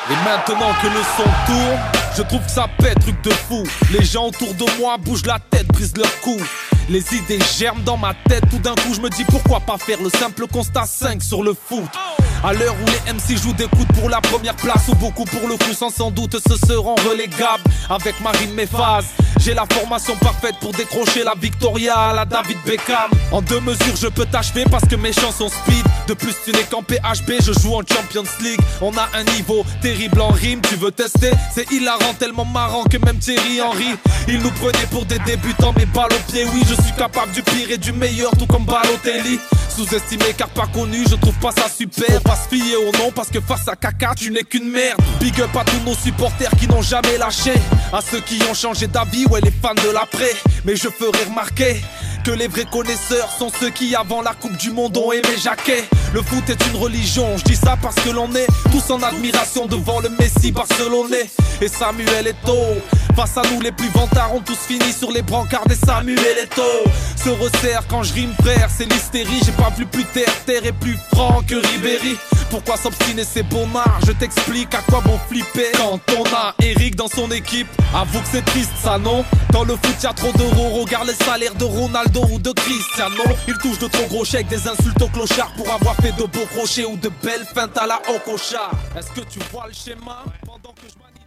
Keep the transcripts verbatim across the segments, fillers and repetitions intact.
Et maintenant que le son tourne, je trouve que ça pète, truc de fou. Les gens autour de moi bougent la tête, brisent leur cou. Les idées germent dans ma tête, tout d'un coup je me dis pourquoi pas faire le simple constat cinq sur le foot. À l'heure où les M C jouent des coudes pour la première place, ou beaucoup pour le coup sans sans doute se seront relégables. Avec ma rime mes phases, j'ai la formation parfaite pour décrocher la Victoria à la David Beckham. En deux mesures je peux t'achever parce que mes chansons speed. De plus tu n'es qu'en P H B, je joue en Champions League. On a un niveau terrible en rime, tu veux tester? C'est hilarant, tellement marrant que même Thierry Henry il nous prenait pour des débutants, mais balle au pied. Oui, je suis capable du pire et du meilleur, tout comme Balotelli. Sous-estimé car pas connu, je trouve pas ça super. Faut pas se fier au nom parce que face à caca tu n'es qu'une merde. Big up à tous nos supporters qui n'ont jamais lâché, à ceux qui ont changé d'avis, ouais les fans de l'après. Mais je ferai remarquer que les vrais connaisseurs sont ceux qui avant la Coupe du Monde ont aimé Jacquet. Le foot est une religion, je dis ça parce que l'on est tous en admiration devant le Messi barcelonais et Samuel Eto'o. Face à nous les plus vantards ont tous fini sur les brancards des Samuel Eto'o. Se resserre quand je rime frère, c'est l'hystérie. J'ai pas vu plus terre, terre et plus franc que Ribéry. Pourquoi s'obstiner c'est bon art? Je t'explique à quoi bon flipper quand on a Eric dans son équipe. Avoue que c'est triste ça non? Dans le foot y'a trop d'euros, regarde les salaires de Ronaldo ou de Cristiano. Il touche de trop gros chèques, des insultes aux clochards pour avoir fait de beaux crochets ou de belles feintes à la Okocha. Est-ce que tu vois le schéma? Pendant que je manie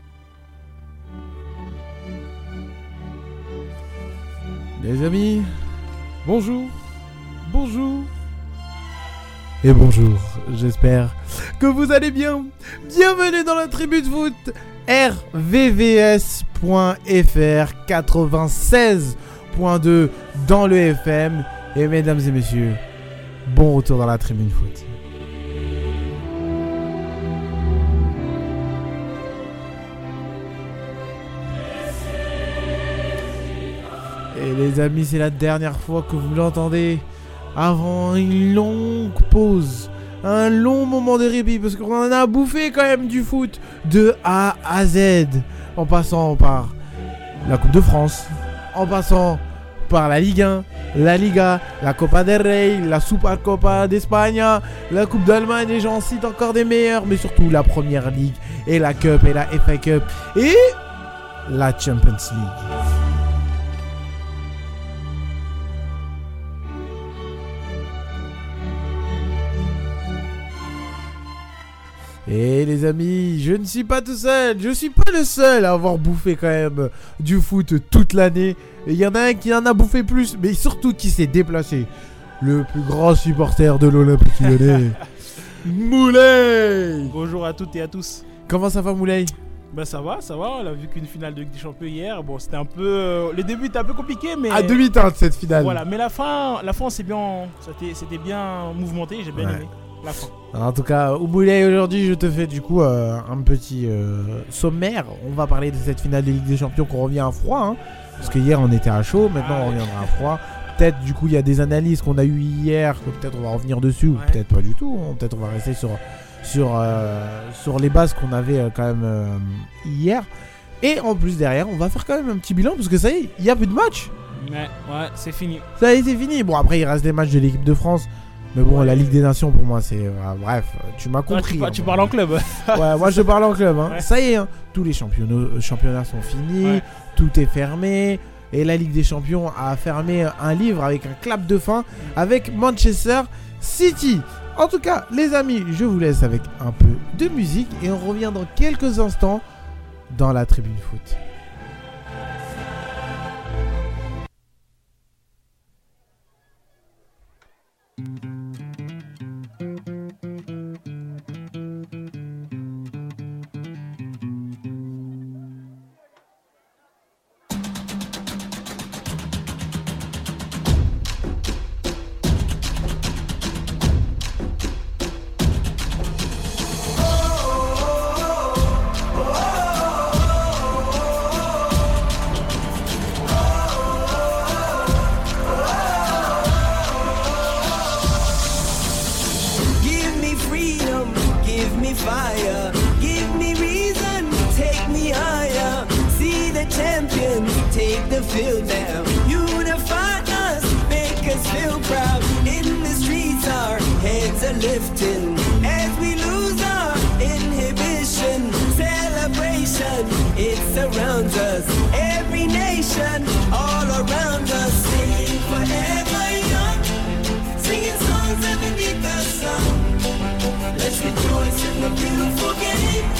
la... Les amis, bonjour, bonjour et bonjour, j'espère que vous allez bien. Bienvenue dans la tribu de foot R V V S point F R quatre-vingt-seize point deux dans le F M. Et mesdames et messieurs, bon retour dans la tribune foot. Et les amis, c'est la dernière fois que vous l'entendez avant une longue pause, un long moment de répit, parce qu'on en a bouffé quand même du foot de A à Z, en passant par la Coupe de France, en passant par la Ligue un, la Liga, la Copa del Rey, la Supercopa d'Espagne, la Coupe d'Allemagne, et j'en cite encore des meilleurs, mais surtout la Première Ligue et la Cup et la F A Cup et la Champions League. Et les amis, je ne suis pas tout seul, je suis pas le seul à avoir bouffé quand même du foot toute l'année. Il y en a un qui en a bouffé plus, mais surtout qui s'est déplacé. Le plus grand supporter de l'Olympique Lyonnais, Moulay. Bonjour à toutes et à tous. Comment ça va Moulay? Bah ça va, ça va, on a vu qu'une finale de Ligue des Champions hier. Bon, c'était un peu... Euh, le début était un peu compliqué, mais... À demi-teinte cette finale. Voilà, mais la fin, la fin c'est bien... C'était, c'était bien mouvementé, j'ai bien ouais. aimé la fin. En tout cas, Moulay, aujourd'hui, je te fais du coup euh, un petit euh, sommaire. On va parler de cette finale de Ligue des Champions qu'on revient à froid. Hein, parce que hier, on était à chaud, maintenant on reviendra à froid. Peut-être, du coup, il y a des analyses qu'on a eues hier, que peut-être on va revenir dessus, ouais. Ou peut-être pas du tout. Hein, peut-être on va rester sur, sur, euh, sur les bases qu'on avait euh, quand même euh, hier. Et en plus, derrière, on va faire quand même un petit bilan, parce que ça y est, il n'y a plus de match. Ouais, ouais, c'est fini. Ça y est, c'est fini. Bon, après, il reste des matchs de l'équipe de France. Mais bon, ouais. La Ligue des Nations, pour moi, c'est... Euh, bref, tu m'as compris. Ah, tu, hein, tu parles en club. Ouais, moi, je parle en club. Hein. Ouais. Ça y est, hein, tous les championnats, championnats sont finis. Ouais. Tout est fermé. Et la Ligue des Champions a fermé un livre avec un clap de fin avec Manchester City. En tout cas, les amis, je vous laisse avec un peu de musique. Et on revient dans quelques instants dans la tribune foot. Lifting as we lose our inhibition.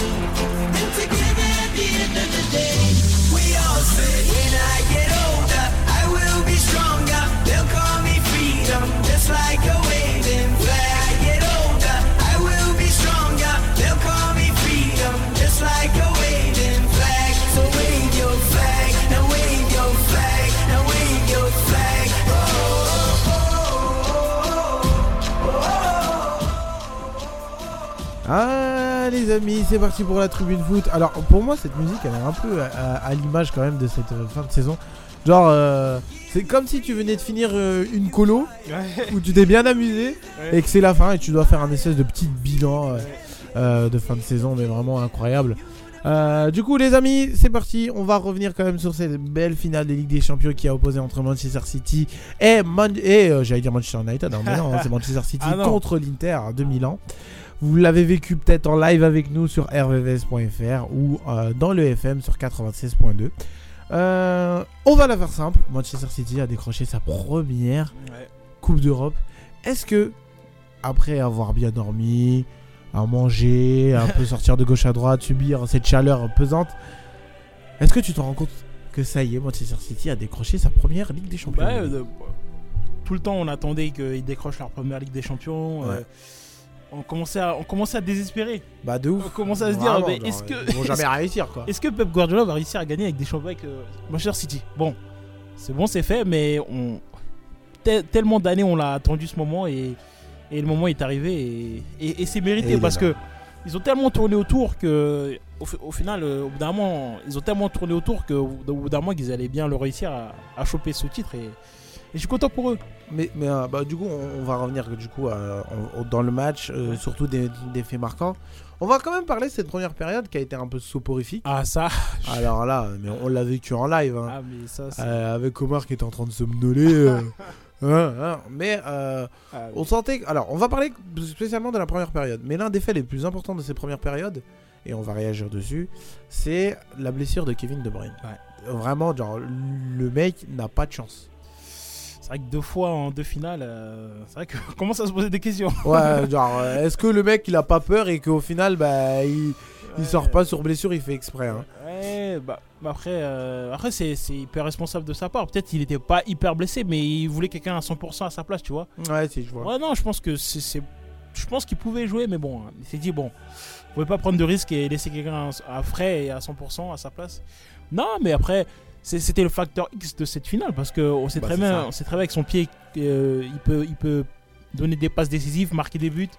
And together at the end of the day, we all say, when I get older, I will be stronger. They'll call me freedom, just like a waving flag. I get older, I will be stronger. They'll call me freedom, just like a waving flag. So wave your flag, now wave your flag, now wave your flag. Oh, oh, oh, oh, oh. Ah les amis, c'est parti pour la tribune foot. Alors pour moi cette musique elle est un peu à, à, à l'image quand même de cette euh, fin de saison. Genre euh, c'est comme si tu venais de finir euh, une colo où tu t'es bien amusé Ouais. et que c'est la fin et tu dois faire un espèce de petit bilan euh, euh, de fin de saison, mais vraiment incroyable. Euh, du coup les amis, c'est parti, on va revenir quand même sur cette belle finale de Ligue des Champions qui a opposé entre Manchester City et, Man- et euh, j'allais dire Manchester United, hein, mais non, c'est Manchester City Ah non. contre l'Inter de Milan. Vous l'avez vécu peut-être en live avec nous sur r v v s point f r ou euh, dans le F M sur quatre-vingt-seize point deux. Euh, on va la faire simple. Manchester City a décroché sa première Ouais. Coupe d'Europe. Est-ce que, après avoir bien dormi, à manger, un peu sortir de gauche à droite, subir cette chaleur pesante, est-ce que tu te rends compte que ça y est, Manchester City a décroché sa première Ligue des Champions? Bah, euh, de- tout le temps, on attendait qu'ils décrochent leur première Ligue des Champions. Ouais. euh, on, commençait à, on commençait à désespérer. Bah de ouf. On commençait à se dire, Vraiment, mais genre, est-ce que- ils vont jamais réussir quoi. Est-ce que Pep Guardiola va réussir à gagner avec des champions avec euh, Manchester City? Bon, c'est bon, c'est fait, mais on te- tellement d'années on l'a attendu ce moment et, et le moment est arrivé et, et- et c'est Et mérité il est parce là. que ils ont tellement tourné autour que au, fi- au final, euh, au bout d'un moment, ils ont tellement tourné autour que au bout d'un moment, ils allaient bien le réussir à, à choper ce titre et, et je suis content pour eux. Mais, mais euh, bah, du coup, on, on va revenir du coup euh, on- dans le match, euh, surtout des, des faits marquants. On va quand même parler de cette première période qui a été un peu soporifique. Ah ça, Alors là, mais on l'a vécu en live, hein. ah mais ça, c'est- Euh, avec Omar qui était en train de somnoler. euh, hein, hein. Mais euh, ah, on sentait. que- Alors, on va parler spécialement de la première période. Mais l'un des faits les plus importants de ces premières périodes, et on va réagir dessus, c'est la blessure de Kevin De Bruyne. Ouais. Vraiment, genre, le mec n'a pas de chance. c'est vrai que deux fois en deux finales, euh, c'est vrai qu'on commence à se poser des questions. Ouais, genre, euh, est-ce que le mec il a pas peur et qu'au final, bah, il, il Ouais. sort pas sur blessure, il fait exprès, hein. Ouais, bah, bah après, euh, après c'est, c'est hyper responsable de sa part. Peut-être qu'il était pas hyper blessé, mais il voulait quelqu'un à cent pour cent à sa place, tu vois. Ouais, si, je vois. Ouais, non, je pense que c'est, c'est- je pense qu'il pouvait jouer, mais bon, il s'est dit bon, vous pouvez pas prendre de risque et laisser quelqu'un à, à frais et à cent pour cent à sa place. Non, mais après, c'est- c'était le facteur X de cette finale parce que on sait Bah, très c'est bien, ça. on sait très bien avec son pied, euh, il peut, il peut donner des passes décisives, marquer des buts.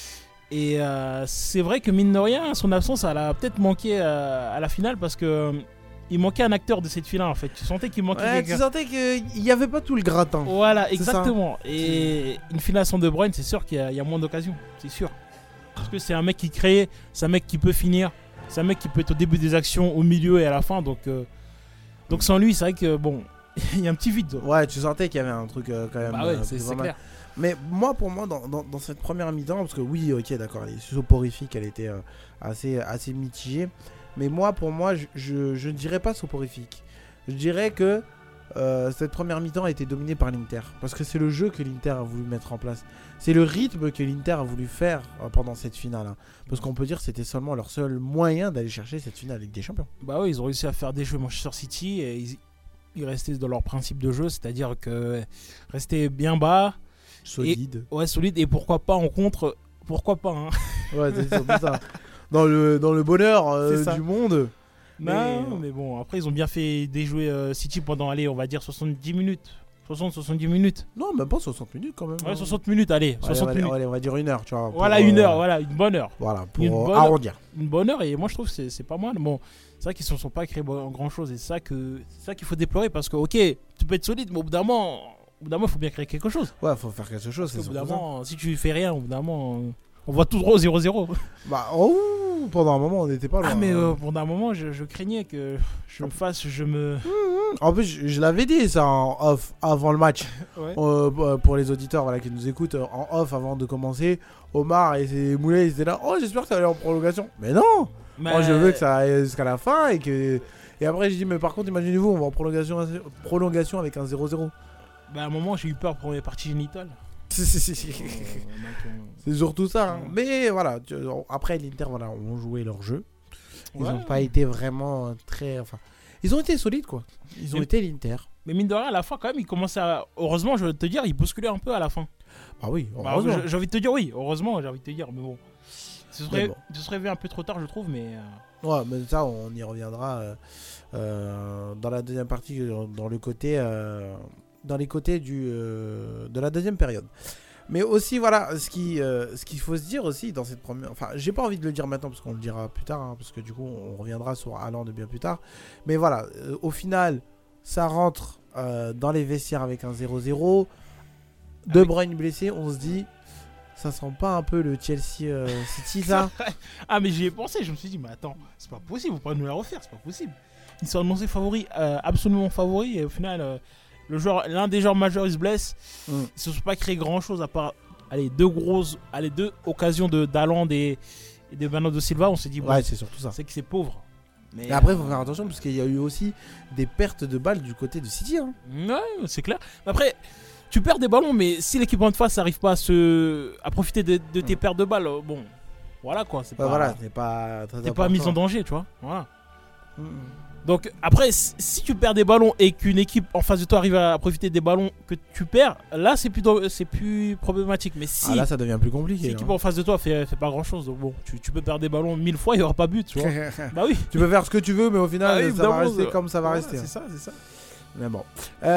Et euh, c'est vrai que mine de rien, son absence, elle a peut-être manqué euh, à la finale parce que euh, il manquait un acteur de cette finale en fait. Tu sentais qu'il manquait Ouais, tu quelqu'un. sentais qu'il y avait pas tout le gratin. Voilà, C'est exactement. Et une finale sans De Bruyne, c'est sûr qu'il y a, il y a moins d'occasions, c'est sûr. Parce que c'est un mec qui crée, c'est un mec qui peut finir, c'est un mec qui peut être au début des actions, au milieu et à la fin. Donc, euh, donc sans lui, c'est vrai que bon, il y a un petit vide. Ouais, tu sentais qu'il y avait un truc euh, quand même. Bah ouais, euh, c'est, plus c'est vraiment- clair. Mais moi, pour moi, dans, dans, dans cette première mi-temps, parce que oui, ok, d'accord, elle est soporifique, elle était euh, assez, assez mitigée. Mais moi, pour moi, je, je, je ne dirais pas soporifique. Je dirais que euh, cette première mi-temps a été dominée par l'Inter. Parce que c'est le jeu que l'Inter a voulu mettre en place. C'est le rythme que l'Inter a voulu faire euh, pendant cette finale. hein. Parce qu'on peut dire que c'était seulement leur seul moyen d'aller chercher cette finale Ligue des Champions. Bah ouais, ils ont réussi à faire des jeux Manchester City et ils, ils restaient dans leur principe de jeu, c'est-à-dire que rester bien bas, Solide. ouais, solide et pourquoi pas en contre, pourquoi pas. Hein. Ouais, c'est surtout ça. Dans le, dans le bonheur euh, C'est ça. du monde. Non, Mais- mais bon, après ils ont bien fait déjouer euh, City pendant, allez, on va dire soixante-dix minutes. soixante soixante-dix minutes. Non, même pas soixante minutes quand même. Ouais, hein. soixante minutes, allez, Allez, soixante on, va, minutes. allez, on va dire une heure, tu vois. pour, Voilà, une euh, heure, voilà, une bonne heure. Voilà, pour Une euh, bonne- arrondir. Une bonne heure, et moi je trouve que c'est, c'est pas mal. Bon, c'est vrai qu'ils ne se sont pas créés grand chose, et c'est ça, que, c'est ça qu'il faut déplorer parce que, ok, tu peux être solide, mais au bout d'un moment, au bout d'un moment, il faut bien créer quelque chose. Ouais, faut faire quelque chose, c'est Au bout d'un surtout ça. moment, si tu fais rien, au bout d'un moment, euh, on voit tout droit au zéro zéro. Bah, oh, pendant un moment, on n'était pas loin. Ah, mais hein. euh, pendant un moment, je, je craignais que je me fasse, je me. En plus, je, je l'avais dit ça en off avant le match. Ouais. Euh, pour les auditeurs voilà, qui nous écoutent, euh, en off avant de commencer, Omar et ses moulets, ils étaient là. Oh, j'espère que ça va aller en prolongation. Mais non, Mais- moi je veux que ça aille jusqu'à la fin et que. Et après, j'ai dit, mais par contre, imaginez-vous, on va en prolongation, prolongation avec un zéro zéro. Bah, à un moment, j'ai eu peur pour mes parties génitales. C'est, c'est, c'est- Euh, donc, euh, c'est surtout ça. hein. Ouais. Mais voilà, tu- après l'Inter, voilà, ont joué leur jeu. Ils ouais. n'ont pas été vraiment très. Enfin, ils ont été solides, quoi. Ils ont Mais- été l'Inter. Mais mine de rien, à la fin, quand même, il commençait à. Heureusement, je veux te dire, il bousculait un peu à la fin. Ah oui, Bah, heureusement. j'ai j'ai envie de te dire oui, heureusement, j'ai envie de te dire, mais bon. Ce serait, Mais bon. ce serait vu un peu trop tard, je trouve, mais. euh, Ouais, mais ça, on y reviendra euh, euh, dans la deuxième partie, euh, dans le côté, euh, dans les côtés du, euh, de la deuxième période. Mais aussi, voilà, ce qui, euh, ce qu'il faut se dire aussi dans cette première, enfin, j'ai pas envie de le dire maintenant parce qu'on le dira plus tard, hein, parce que du coup, on reviendra sur Haaland de bien plus tard. Mais voilà, euh, au final, ça rentre euh, dans les vestiaires avec un zéro zéro. De Ah oui. Bruyne blessé, on se dit, ça sent pas un peu le Chelsea euh, City, ça? Ah, mais j'y ai pensé, je me suis dit, mais attends, c'est pas possible, vous pouvez nous la refaire, c'est pas possible. Ils sont annoncés favoris, euh, absolument favoris, et au final, euh, le joueur, l'un des joueurs majeurs, il se blesse. Mm. Ils se sont pas créé grand chose à part allez, deux grosses, allez, deux occasions de d'Haaland et, et de Bernardo Silva. On s'est dit, bon, Ouais, c'est surtout ça. c'est que c'est pauvre. Mais Et après, il faut faire attention parce qu'il y a eu aussi des pertes de balles du côté de City. Hein. ouais, c'est clair. Mais après, tu perds des ballons, mais si l'équipe en face n'arrive pas à, se... à profiter de, de tes pertes de balles, euh, bon, voilà quoi. C'est Ouais, pas, voilà, c'est pas très t'es pas important. mis en danger, tu vois. Voilà. Mm. Donc après, si si tu perds des ballons et qu'une équipe en face de toi arrive à profiter des ballons que tu perds, là c'est plus, do- c'est plus problématique. Mais si Ah là, ça devient plus compliqué. si là. l'équipe en face de toi fait, fait pas grand chose, donc bon, tu, tu peux perdre des ballons mille fois, il y aura pas but, tu vois. Bah oui. Tu peux faire ce que tu veux, mais au final, Ah oui, ça évidemment, va rester ça- comme ça va Ouais, rester. C'est hein. ça, c'est ça. Mais bon.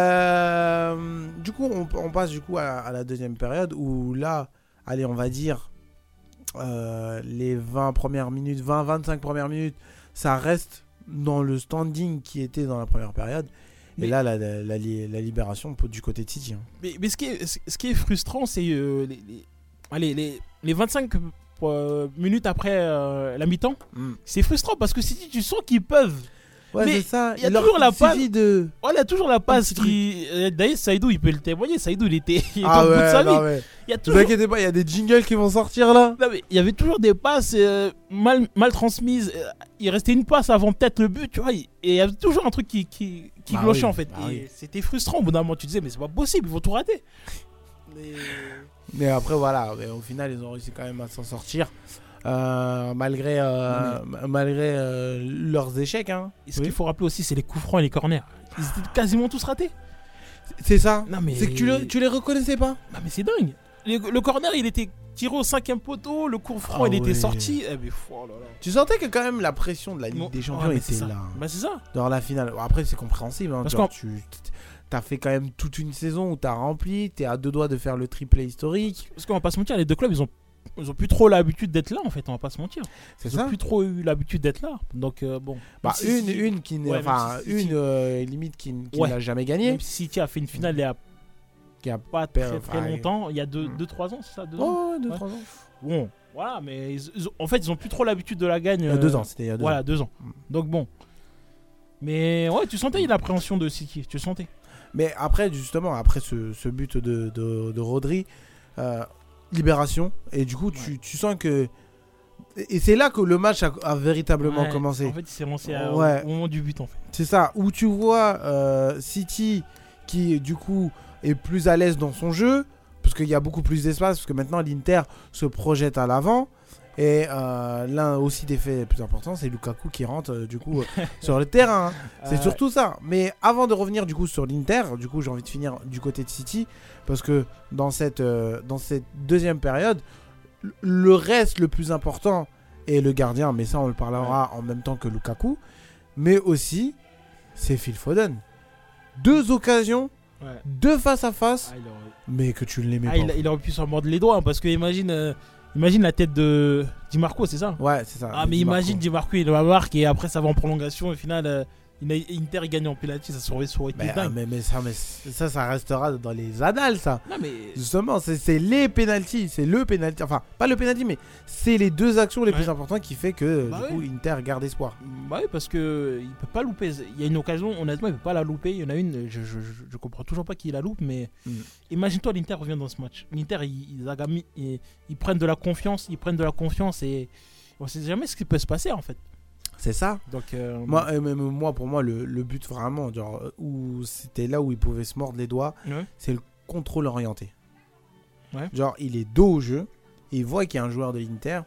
Euh, du coup, on, on passe du coup à, à la deuxième période où là, allez, on va dire euh, les vingt premières minutes, vingt vingt-cinq premières minutes, ça reste dans le standing qui était dans la première période. Et Mais- là, la, la, la li- la libération pour- du côté de City. hein. Mais, mais ce, qui est, ce qui est frustrant, c'est euh, les, les, allez, les, les vingt-cinq euh, minutes après euh, la mi-temps. C'est frustrant parce que City, tu sens qu'ils peuvent. Ouais, Mais c'est ça. il y a Il leur toujours la suffit de. Voilà, il y a toujours la passe petit qui. euh, D'ailleurs, Saïdou, il peut le témoigner. Saïdou, il était, il était Ah au bout de ouais, sa vie. non, mais. Il y a Ne vous toujours. inquiétez pas, il y a des jingles qui vont sortir là. Non, mais il y avait toujours des passes euh, mal, mal transmises. Euh, Il restait une passe avant peut-être le but, tu vois. Et il y avait toujours un truc qui, qui, qui Bah clochait oui, en fait. bah et oui. c'était frustrant. Au bout d'un moment, tu disais, mais c'est pas possible, ils vont tout rater. Mais- Mais après, voilà, mais au final, ils ont réussi quand même à s'en sortir. Euh, malgré euh, ma- malgré euh, leurs échecs. Hein. Et ce Oui. qu'il faut rappeler aussi, c'est les coups francs et les corners. Ils étaient quasiment tous ratés. C'est ça. Non, mais- C'est que tu, le- tu les reconnaissais pas. Non, mais c'est dingue. Le, le corner, il était tiré au cinquième poteau. Le coup franc, Ah il était ouais. sorti. Eh, mais, oh là là. Tu sentais que quand même la pression de la Ligue Bon, des ouais, Champions mais c'est était ça. là. Bah, c'est ça. Dans la finale. Bon, après, c'est compréhensible. Hein, Parce genre, qu'en- tu as fait quand même toute une saison où tu as rempli. Tu es à deux doigts de faire le triplé historique. Parce qu'on va pas se mentir, les deux clubs, ils ont, ils ont plus trop l'habitude d'être là, en fait. On va pas se mentir. C'est Ils ont ça. plus trop eu l'habitude d'être là. Donc, euh, bon. Bah, Même si- une, une qui n'est. Ouais, Enfin, même si City- une euh, limite qui, qui Ouais. n'a jamais gagné. Même si City a fait une finale il y a Qui a pas per- très très enfin, longtemps, il y a deux Hmm. trois ans, c'est ça deux ans Oh, deux, Ouais. trois ans. Bon, voilà, mais ils- ils ont- en fait, ils ont plus trop l'habitude de la gagne. Il y a euh, deux ans, c'était il y a deux Voilà, ans. deux ans. Hmm. Donc, bon. Mais ouais, tu sentais l'appréhension de City, tu sentais. Mais après, justement, après ce, ce but de, de, de Rodri, euh, libération. Et du coup, tu, Ouais. tu sens que. Et et c'est là que le match a, a véritablement Ouais, commencé. En fait, il s'est lancé à- Ouais. au moment du but, en fait. C'est ça, où tu vois euh, City qui, du coup, est plus à l'aise dans son jeu, parce qu'il y a beaucoup plus d'espace, parce que maintenant l'Inter se projette à l'avant. Et euh, l'un aussi des faits les plus importants, c'est Lukaku qui rentre euh, du coup euh, sur le terrain. hein. C'est Euh, surtout ça. Mais avant de revenir du coup sur l'Inter, du coup j'ai envie de finir du côté de City, parce que dans cette, euh, dans cette deuxième période, l- le reste le plus important est le gardien, mais ça on le parlera en même temps que Lukaku, mais aussi c'est Phil Foden. Deux occasions, ouais. deux face à face, Ah, il aurait... mais que tu ne l'aimais Ah, pas. il, il aurait pu s'en mordre les doigts, hein, parce que imagine, euh, imagine la tête de Di Marco, c'est ça? Ouais, c'est ça. Ah, mais Di Marco. imagine Di Marco, il va marque et après ça va en prolongation. Au final, euh, il a- Inter il gagne en penalty, ça serait ça aurait été Mais, ah, dingue. mais, mais ça, mais ça, ça restera dans les annales, ça. Non, mais Justement, c'est c'est les pénaltys, c'est le pénalty, enfin pas le pénalty, mais c'est les deux actions les Ouais. plus importantes qui fait que Bah du coup ouais. Inter garde espoir. bah oui, parce que il peut pas louper. Il y a une occasion, honnêtement, il peut pas la louper. Il y en a une, je, je, je, je comprends toujours pas qui la loupe, mais Mm. imagine-toi l'Inter revient dans ce match. L'Inter, ils, ils, agami- ils, ils prennent de la confiance, ils prennent de la confiance et on sait jamais ce qui peut se passer en fait. C'est ça. Donc euh, Moi, euh, même moi, pour moi, le, le but vraiment, genre, euh, où c'était là où il pouvait se mordre les doigts, ouais. c'est le contrôle orienté. Ouais. Genre, il est dos au jeu. Et il voit qu'il y a un joueur de l'Inter.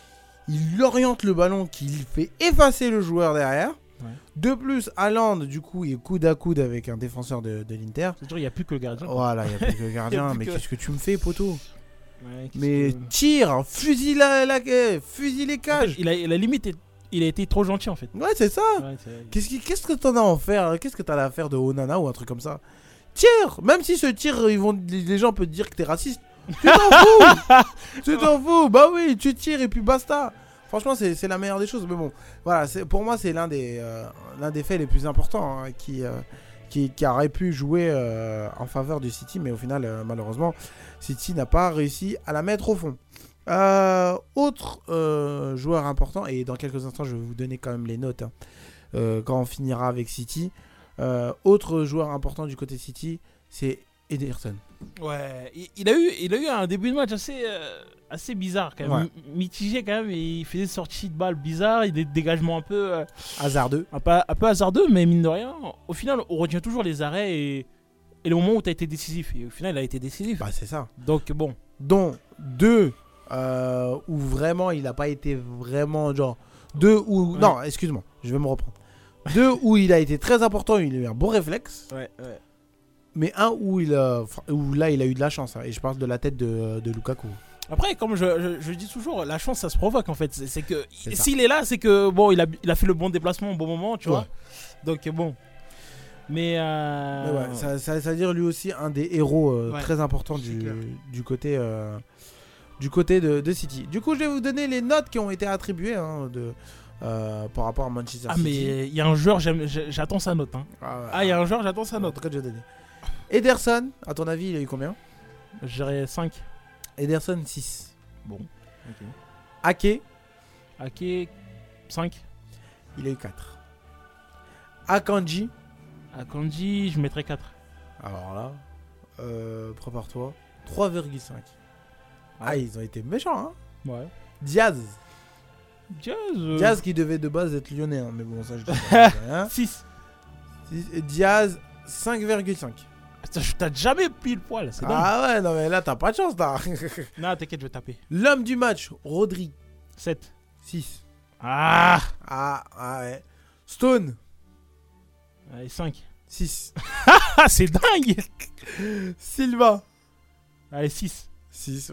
Il oriente le ballon, qu'il fait effacer le joueur derrière. Ouais. De plus, Haaland, du coup, il est coude à coude avec un défenseur de, de l'Inter. C'est-à-dire, il n'y a plus que le gardien. quoi. Voilà, il n'y a plus que le Il y gardien. a plus Mais que- qu'est-ce que tu me fais, poteau? Ouais, qu'est-ce Mais que- tire, fusille la, la, eh, fusille les En fait, cages. il a, il a limite, il a été trop gentil en fait. Ouais, c'est ça. Ouais, c'est- Qu'est-ce, qui- qu'est-ce que t'en as à en faire? Qu'est-ce que t'as à faire de Onana ou un truc comme ça? Tire. Même si ce tir, ils vont, les les gens peuvent te dire que t'es raciste. Tu t'en fous. Tu t'en fous. Bah oui, tu tires et puis basta. Franchement, c'est, c'est la meilleure des choses. Mais bon, voilà, c'est, pour moi, c'est l'un des, euh, l'un des faits les plus importants hein, qui, euh, qui, qui aurait pu jouer euh, en faveur du City. Mais au final, euh, malheureusement, City n'a pas réussi à la mettre au fond. Euh, autre euh, joueur important, et dans quelques instants, je vais vous donner quand même les notes hein, euh, quand on finira avec City. Euh, autre joueur important du côté City, c'est Ederson. Ouais, il, il a eu, il a eu un début de match assez, euh, assez bizarre quand même, Ouais. M- mitigé quand même. Et il fait des sorties de balles bizarres, il a des dégagements un peu, euh, Hasardeux. un peu, un peu hasardeux, mais mine de rien, au final, on retient toujours les arrêts et, et le moment où tu as été décisif. Et au final, il a été décisif. Bah, c'est ça. Donc bon, Dont deux euh, où vraiment il n'a pas été vraiment genre. Deux où. Ouais. Non, excuse-moi, je vais me reprendre. Deux où il a été très important, il a eu un bon réflexe. ouais, ouais. Mais un où, il a, enfin, où là il a eu de la chance. hein, et je parle de la tête de, de Lukaku. Après, comme je, je, je dis toujours, la chance ça se provoque en fait. C'est, c'est que C'est ça. s'il est là, c'est que bon, il a, il a fait le bon déplacement au bon moment, tu Ouais. vois. Donc bon. Mais, euh... Mais ouais, ça, ça, ça veut dire lui aussi un des héros euh, Ouais, très importants c'est du, clair. du côté, euh, du côté de, de City. Du coup, je vais vous donner les notes qui ont été attribuées hein, de, euh, par rapport à Manchester Ah City. mais il y a un joueur, j'aime- j'ai- j'attends sa note. Hein. Ah, ouais. Ah, il y a un joueur, j'attends sa En note. tout cas, je vais donner. Ederson, à ton avis, il a eu combien? Je dirais cinq. Ederson, six. Bon. Ake, Ake, cinq. il a eu quatre. Akanji, Akanji, je mettrais quatre. alors là, euh, prépare-toi, trois virgule cinq. Ah, ils ont été méchants, hein. Ouais. Diaz. Diaz. euh, Diaz qui devait de base être lyonnais, hein, mais bon, ça, je dis pas. Hein. six. Diaz, cinq virgule cinq. T'as- T'as jamais pile poil, c'est dingue. Ah ouais, non mais là, t'as pas de chance, là. Non, t'inquiète, je vais taper. L'homme du match, Rodri, sept. six. Ah. Ah, ah ouais. Stone, Allez, cinq. six. Ah, c'est dingue. Silva, Allez, six. six.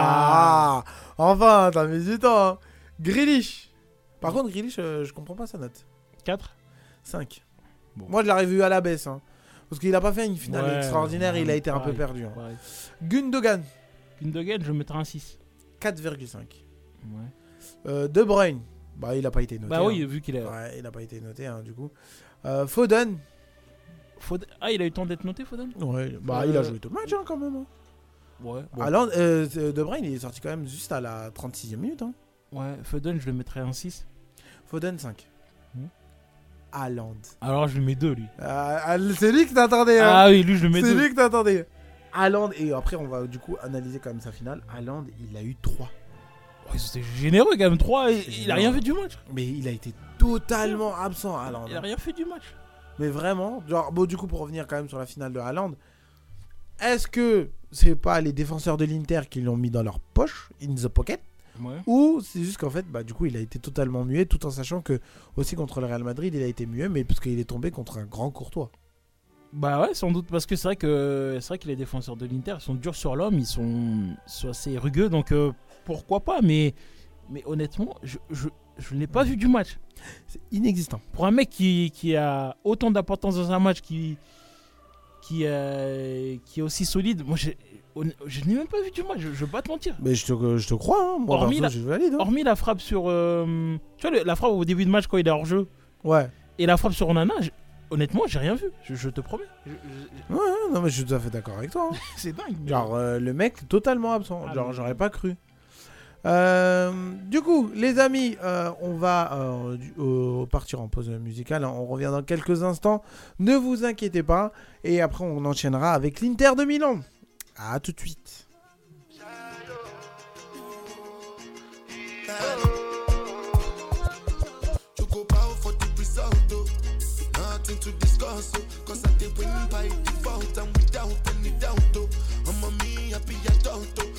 Ah. Ah. Enfin, t'as mis du temps. Hein. Grealish. Par contre, Grealish, euh, je comprends pas sa note. quatre. cinq. Bon. Moi, je l'aurais vu à la baisse. Hein. Parce qu'il a pas fait une finale Ouais, extraordinaire, ouais, il a été un peu pareil, perdu. Hein. pareil. Gundogan, Gundogan, je mettrais un six. quatre virgule cinq. Ouais. Euh, De Bruyne, bah, il a pas été noté. Bah oui, hein. vu qu'il est. Ouais, il a pas été noté, hein, du coup. Euh, Foden, Foden- Ah, il a eu le temps d'être noté, Foden. ouais, bah, Euh, il a joué tout le match hein, quand même. Hein. Ouais. Bon. Haaland, euh, De Bruyne, il est sorti quand même juste à la trente-sixième minute. Hein. Ouais, Foden, je le mettrais un six. Foden, cinq. Hmm. Haaland. Alors, je lui mets deux, lui. Ah, c'est lui que t'attendais. Hein. Ah oui, lui, je le mets c'est deux. lui que t'attendais. Haaland, et après, on va du coup analyser quand même sa finale. Haaland, il a eu trois. Oh, c'était généreux quand même. trois. Il, il a généreux. rien fait du match. Mais il a été totalement absent, Haaland. Il a rien fait du match. Mais vraiment, genre, bon, du coup, pour revenir quand même sur la finale de Haaland, est-ce que c'est pas les défenseurs de l'Inter qui l'ont mis dans leur poche, in the pocket, Ouais. ou c'est juste qu'en fait, bah, du coup, il a été totalement muet, tout en sachant que, aussi contre le Real Madrid, il a été muet, mais parce qu'il est tombé contre un grand Courtois. Bah ouais, sans doute, parce que c'est vrai que c'est vrai que les défenseurs de l'Inter sont durs sur l'homme, ils sont, ils sont assez rugueux, donc euh, pourquoi pas, mais, mais honnêtement, je, je, je n'ai pas vu du match. C'est inexistant. Pour un mec qui, qui a autant d'importance dans un match, qui, qui, euh, qui est aussi solide, moi j'ai- je n'ai même pas vu du match, je, je vais pas te mentir. Mais je te, je te crois, hein. Moi, Hormis perso, je valide. Hein. Hormis la frappe sur. euh, tu vois, le- la frappe au début de match quand il est hors jeu, Ouais. et la frappe sur Onana, je- honnêtement, j'ai rien vu, je, je te promets. Je- je- Ouais, ouais, non, mais je suis tout à fait d'accord avec toi. hein. c'est dingue. Genre, euh, le mec totalement absent. Ah, Genre, mais- j'aurais pas cru. Euh, du coup, les amis, euh, on va euh, du- euh, partir en pause musicale. hein. On revient dans quelques instants. Ne vous inquiétez pas. Et après, on enchaînera avec l'Inter de Milan. À tout de suite. You go bow for the result, oh. Nothing to discuss, oh. Cause I did win by default and without any doubt, oh. I'm a me happy adult, oh.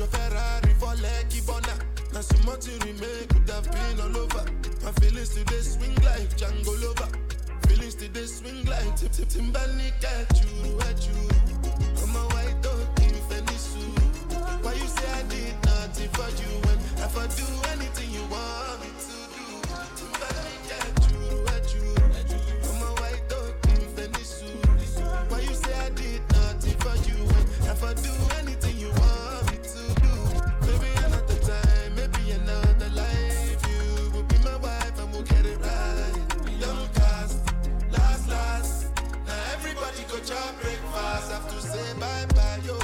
Ferrari for Lucky Bona. Now so much you remake could have been all over. My feelings today swing like Django Lover. Feelings today swing like Tip Tip Timbani at you, at you. I'm a white dog in Fenisu. Why you say I did nothing for you when if I do anything you want me to do? Timbani at you, at you. I'm a white dog in Fenisu. Why you say I did nothing for you when if I do anything you want me to do? Maybe another time, maybe another life. You will be my wife and we'll get it right. Young cast, last, last. Now everybody go chop breakfast. Have to say bye bye, yo.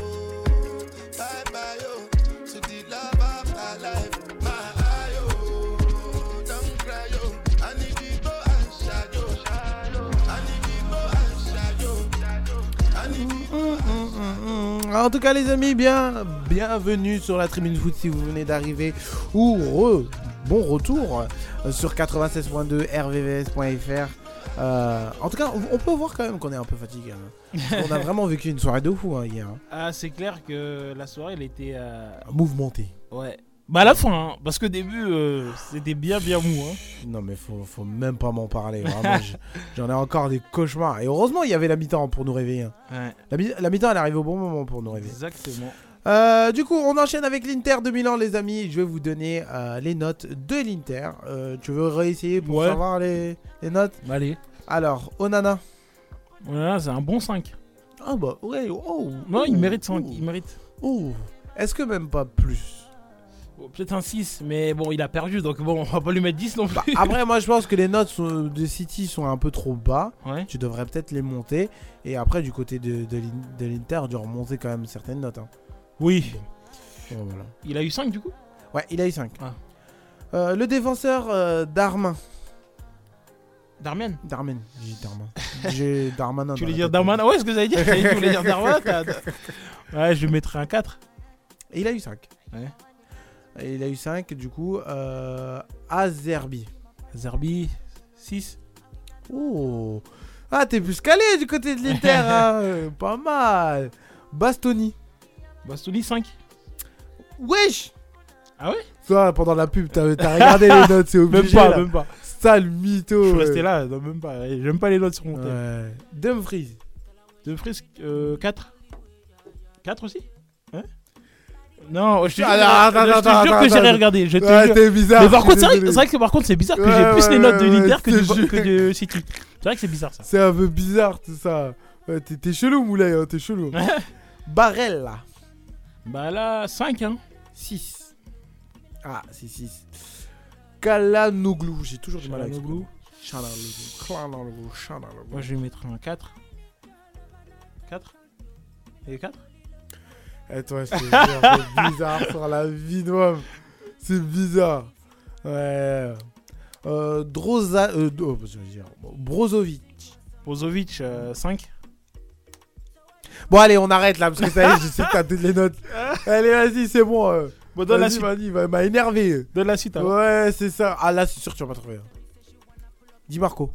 Bye bye, yo. To the love of my life. My eye, yo. Don't cry, yo. I need to go and shadow. I need to go and shadow. I need to go and shadow. En tout cas les amis, bien, bienvenue sur la Tribune Foot si vous venez d'arriver ou re, bon retour euh, sur quatre-vingt-seize point deux r v v s point f r. Euh, en tout cas, on, on peut voir quand même qu'on est un peu fatigué. Hein. On a vraiment vécu une soirée de fou hein, hier. Hein. Ah, c'est clair que la soirée, elle était. Euh... Mouvementée. Ouais. Bah, à la fin, hein, parce qu'au début, euh, c'était bien, bien mou. Hein. Non, mais faut, faut même pas m'en parler. Vraiment, j'en ai encore des cauchemars. Et heureusement, il y avait la mi-temps pour nous réveiller. Hein. Ouais. La, mi- la mi-temps, elle arrive au bon moment pour nous réveiller. Exactement. Euh, du coup, on enchaîne avec l'Inter de Milan, les amis. Je vais vous donner euh, les notes de l'Inter. Euh, tu veux réessayer pour Ouais. savoir les, les notes? Allez. Alors, Onana. Voilà, c'est un bon cinq. Ah bah, ouais, oh. Non, il oh, mérite cinq. oh, Il mérite. oh. Est-ce que même pas plus? Bon, peut-être un six, mais bon, il a perdu, donc bon, on va pas lui mettre dix non plus. Bah, après, moi, je pense que les notes sont- de City sont un peu trop bas. Ouais. Tu devrais peut-être les monter. Et après, du côté de, de l'In- de l'Inter, tu dois remonter quand même certaines notes. Hein. Oui. Bon, voilà. Il a eu cinq du coup. Ouais, il a eu cinq. Ah. Euh, le défenseur euh, Darmin. Darmian. Darmin. J'ai dit Darmin. J'ai Darmanin. Tu dans voulais la dire tête. Darmanin? Ouais, ce que j'allais dire. J'allais dire, Tu voulais dire Darmanin t'as- Ouais, je lui mettrais un quatre. Et il a eu cinq. Ouais. Et il a eu cinq, du coup. Euh, Azerbi. Zerbi, six. Oh. Ah, t'es plus calé du côté de l'Inter. Hein. Euh, Pas mal. Bastoni. Bastoni, cinq. Wesh. Ah ouais? Ça, pendant la pub, t'as t'as regardé les notes, c'est Même obligé. pas, là. même pas. Sale mytho. Je suis ouais. resté là, non, même pas. J'aime pas les notes sur mon tel. Ouais. Dumfries. De Frisk, euh, quatre. quatre aussi? Hein? Non, je te jure, Ah, que- attends, je te attends, jure attends, que j'ai attends. rien regardé. Je te Ouais, jure. t'es bizarre. Mais par je contre, suis c'est vrai, désolé. c'est vrai que par contre, c'est bizarre que Ouais, j'ai plus ouais, les notes de ouais, l'Inter ouais, que, je du- te jure. que de City. C'est vrai que c'est bizarre ça. C'est un peu bizarre tout ça. Ouais, t'es, t'es chelou, Moulay, hein, t'es chelou. Barella. Bah là, cinq hein. six. Ah, c'est six. Kalanoglu. J'ai toujours du mal avec Çalhanoğlu. ça. Çalhanoğlu. Çalhanoğlu. Çalhanoğlu. Moi, je vais mettre un quatre. quatre? Et quatre? Et toi, je te jure, c'est bizarre sur la vie de moi. C'est bizarre. Ouais. Euh, Droza... Euh, oh, je veux dire, Brozovic. Brozovic, euh, cinq. Bon, allez, on arrête là, parce que ça y est, je sais que t'as toutes les notes. Allez, vas-y, c'est bon. Euh. Bon, donne la Vas-y, suite. vas-y, il m'a énervé. Donne la suite alors. Ouais, c'est ça. Ah, là, c'est sûr que tu vas pas trouver. Dis Marco.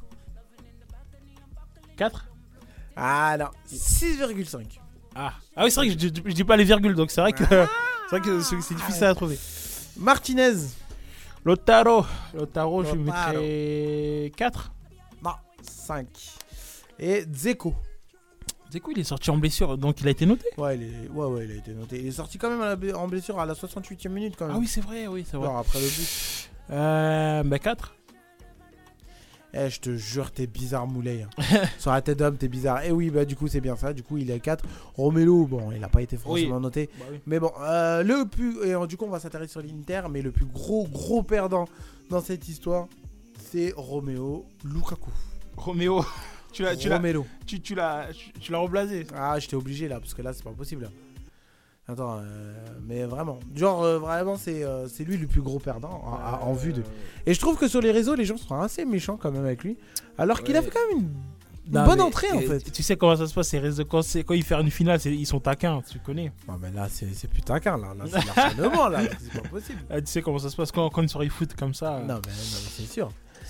quatre? Ah, non. six virgule cinq. Ah. Ah oui, c'est vrai que je, je- je dis pas les virgules, donc c'est vrai que c'est vrai que c'est c'est difficile à trouver. Martinez. Lautaro. Lautaro, je lui Lautaro. mettrais quatre. Non, cinq. Et Dzeko. Dzeko, il est sorti en blessure, donc il a été noté. Ouais, il est... ouais, ouais, il a été noté. Il est sorti quand même à la b- en blessure à la soixante-huitième minute quand même. Ah oui, c'est vrai, oui, c'est vrai. Alors, après le but. Euh, bah quatre. Eh, je te jure, t'es bizarre, Moulay. Hein. Sur la tête d'homme, t'es bizarre. Et oui, bah du coup, c'est bien ça. Du coup, il est quatre. Romelu, bon, il a pas été forcément Oui. noté. Bah oui. Mais bon, euh, le plus. Et euh, du coup, on va s'intéresser sur l'Inter. Mais le plus gros, gros perdant dans cette histoire, c'est Romeo Lukaku. Roméo, tu l'as, tu l'as, Romelu. tu, tu l'as, tu, tu l'as reblasé. Ah, j'étais obligé là, parce que là, c'est pas possible. Là. Attends, euh, mais vraiment. Genre, euh, vraiment, c'est euh, c'est lui le plus gros perdant en, en- en vue de. Et je trouve que sur les réseaux, les gens sont assez méchants quand même avec lui. Alors qu'il a Ouais. fait quand même une, une Non, bonne mais, entrée en euh, fait. Tu sais comment ça se passe, ces réseaux, quand, c'est- quand ils font une finale, c'est- ils sont taquins, tu connais. Non, mais là, c'est c'est plus taquin là. Là, c'est l'acharnement là. C'est pas possible. Ah, tu sais comment ça se passe quand, quand une soirée foot comme ça. Non, mais, non, mais c'est sûr.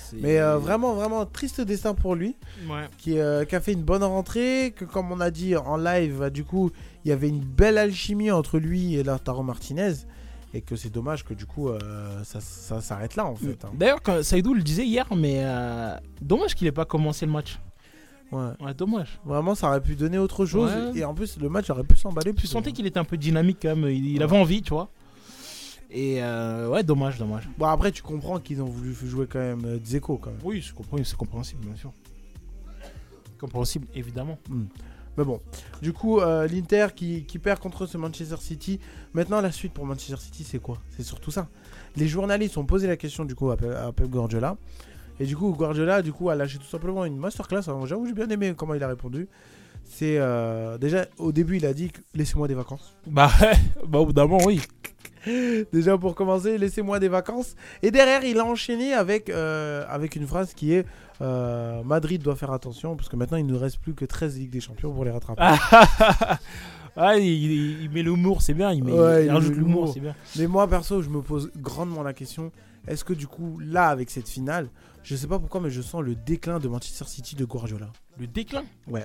c'est- Mais euh, vraiment, vraiment triste destin pour lui, Ouais. qui, euh, qui a fait une bonne rentrée, que comme on a dit en live, bah, du coup, il y avait une belle alchimie entre lui et Lautaro Martinez, et que c'est dommage que du coup, euh, ça, ça s'arrête là en fait. hein. D'ailleurs, quand Saïdou le disait hier, mais euh, dommage qu'il ait pas commencé le match. Ouais. Ouais, dommage. Vraiment, ça aurait pu donner autre chose, Ouais. et en plus, le match aurait pu s'emballer. Tu plus sentais loin. qu'il était un peu dynamique quand même, il, il avait envie, tu vois. Et euh, ouais, dommage, dommage. Bon, après, tu comprends qu'ils ont voulu jouer quand même euh, Dzeko quand même. Oui, c'est compréhensible, c'est compréhensible, bien sûr. Compréhensible, évidemment. Mais bon, du coup, euh, l'Inter qui, qui perd contre ce Manchester City. Maintenant, la suite pour Manchester City, c'est quoi? C'est surtout ça. Les journalistes ont posé la question du coup à Pep, à Pep Guardiola. Et du coup, Guardiola du coup, a lâché tout simplement une masterclass. Alors, j'avoue, j'ai bien aimé comment il a répondu. C'est euh, déjà, au début, il a dit que, laissez-moi des vacances. Bah, bah au bout d'un moment, oui. Déjà, pour commencer, laissez-moi des vacances. Et derrière, il a enchaîné avec, euh, avec une phrase qui est euh, Madrid doit faire attention parce que maintenant, il ne reste plus que treize Ligues des Champions pour les rattraper. Ah, il, il- il met l'humour, c'est bien. Il, met, Ouais, il il rajoute met l'humour, l'humour. c'est bien. Mais moi, perso, je me pose grandement la question est-ce que du coup, là, avec cette finale, je sais pas pourquoi, mais je sens le déclin de Manchester City de Guardiola. Le déclin. Ouais.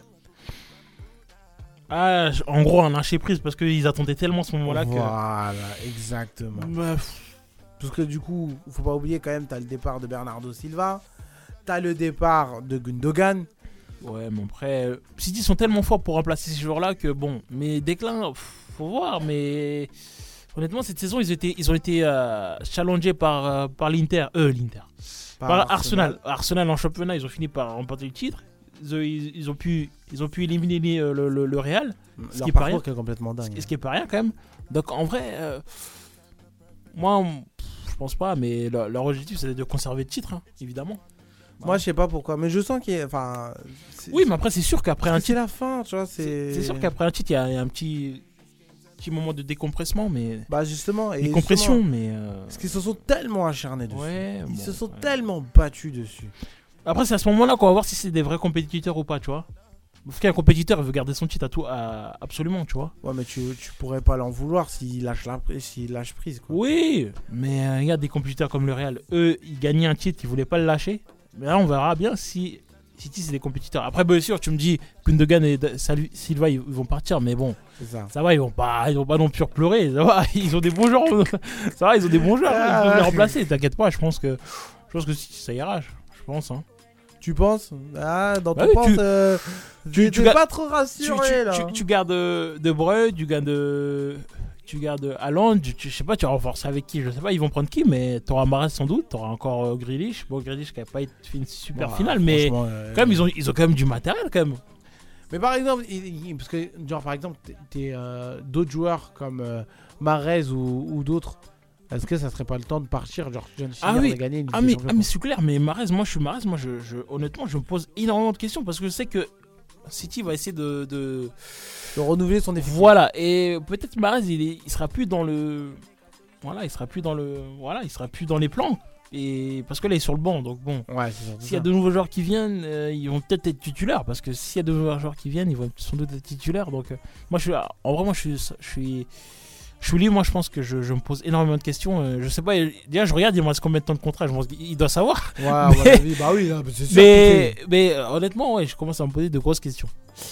Ah, j- en gros, un lâcher prise parce qu'ils attendaient tellement ce moment-là que. Voilà, exactement. Bah, pff, Parce que du coup, faut pas oublier quand même, t'as le départ de Bernardo Silva, t'as le départ de Gundogan. Ouais, mais après, euh, City sont tellement forts pour remplacer ces joueurs-là que bon, mais déclin, pff, faut voir, mais honnêtement, cette saison, ils, étaient, ils ont été euh, challengés par, euh, par l'Inter, euh, l'Inter, par, Arsenal. Arsenal en championnat, ils ont fini par remporter le titre. Ils, ont- ils- ils ont, pu, ils ont pu éliminer le, le, le- le Real, ce Leur qui est pas parcours rien. qui est complètement ce dingue. qui- ce qui est pas rien quand même. Donc en vrai, euh, moi, pff, je pense pas, mais leur, leur objectif, c'est de conserver le titre, hein, évidemment. Moi, je sais pas pourquoi, mais je sens qu'il y a. Enfin. c'est- Oui, mais après, c'est sûr qu'après un c'est titre. la fin, tu vois. C'est C'est c'est sûr qu'après un titre, il y a- il y, a un petit, petit moment de décompressement, mais. Bah, justement. Et Décompression, justement, mais. euh, Parce qu'ils se sont tellement acharnés dessus. Ouais, Ils bon, se sont ouais. tellement battus dessus. Après, c'est à ce moment-là qu'on va voir si c'est des vrais compétiteurs ou pas, tu vois. Parce qu'un compétiteur, il veut garder son titre à tout, à- absolument, tu vois. Ouais, mais tu, tu pourrais pas l'en vouloir s'il lâche, la, s'il lâche prise. Quoi. Oui, mais euh, il y a des compétiteurs comme le Real. Eux, ils gagnaient un titre, ils voulaient pas le lâcher. Mais là, on verra bien si City, c'est des compétiteurs. Après, bien sûr, tu me dis Gundogan et Da- Salu- Silva, ils, ils vont partir, mais bon, C'est ça. ça va, ils vont pas, ils vont pas non plus pleurer. Ça va, ils ont des bons joueurs. Ça va, ils ont des bons joueurs. Ils peuvent les remplacer. T'inquiète pas, je pense que, je pense que ça ira. Je je pense. Hein. Tu penses Ah, dans Bah ton oui, pense, tu- euh, tu- tu tu t'es ga- pas trop Tu, rassuré tu- là. tu- tu gardes euh, De Bruyne, tu gardes, euh, tu gardes Haaland, tu, tu- je sais pas, tu vas renforcer avec qui, je sais pas, ils vont prendre qui, mais t'auras Mahrez sans doute, t'auras encore euh, Grealish. Bon, Grealish qui a pas été- fait une super Bon, finale, mais franchement, euh, quand même, ils ont, ils ont quand même du matériel quand même. Mais par exemple, il- il- parce que genre par exemple, t'es- t'es euh, d'autres joueurs comme euh, Mahrez ou, ou d'autres. Est-ce que ça serait pas le temps de partir, genre John Ah Schneider oui. de gagner une Ligue Ah des mais, Champions, ah mais c'est clair, mais Mahrez, moi je suis Mahrez, moi je, je- honnêtement je me pose énormément de questions parce que je sais que City va essayer de, de... de renouveler son effectif. Voilà, et peut-être Mahrez il, est- il sera plus dans le voilà, il sera plus dans le voilà, il sera plus dans les plans et parce que là il est sur le banc donc bon. Ouais, c'est surtout S'il y a ça. de nouveaux joueurs qui viennent, euh, ils vont peut-être être titulaires parce que s'il y a de nouveaux joueurs qui viennent, ils vont sans doute être titulaires donc euh, moi je suis en vrai moi je suis je suis je suis libre, moi je pense que je, je me pose énormément de questions. euh, je sais pas, déjà je regarde, il me reste combien de temps de contrat, je pense qu'il doit savoir. Ouais, à mon Mais- avis, bah oui, non, mais c'est sûr. Mais, qu'il fait. mais euh, honnêtement, ouais, je commence à me poser de grosses questions.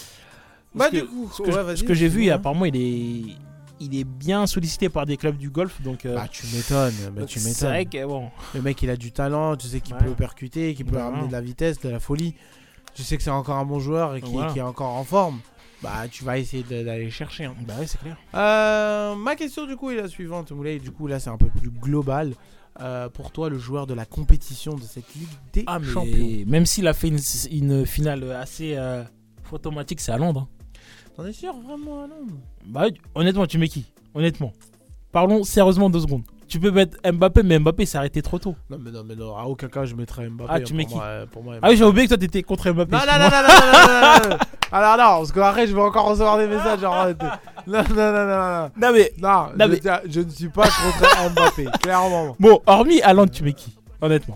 Bah Parce du que- coup, Ce que, ouais, je- vas-y, ce que j'ai vu, dis-moi. apparemment, il est, il est bien sollicité par des clubs du golf. Donc, euh, Bah tu m'étonnes, bah, donc tu c'est vrai m'étonnes. que bon. Le mec il a du talent, tu sais qu'il Ouais. peut percuter, qu'il peut Voilà. ramener de la vitesse, de la folie. Tu sais que c'est encore un bon joueur et qui, Voilà. qui est encore en forme. Bah tu vas essayer de- d'aller chercher. hein. Bah ouais, c'est clair. Euh, ma question du coup est la suivante, Moulay. Du coup là c'est un peu plus global. Euh, pour toi le joueur de la compétition de cette Ligue des Ah, mais Champions. même s'il a fait une, une finale assez euh, automatique, c'est Haaland. Hein. T'en es sûr vraiment Alain? Bah, honnêtement, tu mets qui? Honnêtement. Parlons sérieusement deux secondes. Tu peux mettre Mbappé, mais Mbappé s'est arrêté trop tôt. Non mais non mais non, à aucun cas je mettrais Mbappé. Ah, tu hein, mets pour qui moi, euh, pour moi, Ah oui, j'ai oublié que toi t'étais contre Mbappé. Non, non, non, non, non, non, non, non, non. Alors non, parce qu'après je vais encore recevoir des messages genre... euh, Non, non, non, non, non. Non, mais Non, Non, je, mais- tiens, je ne suis pas contre Mbappé, clairement. bon, hormis Haaland, tu mets qui? Honnêtement.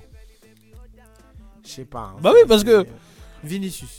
Je sais pas. hein, Bah ça, oui, parce c'est- que- Vinicius.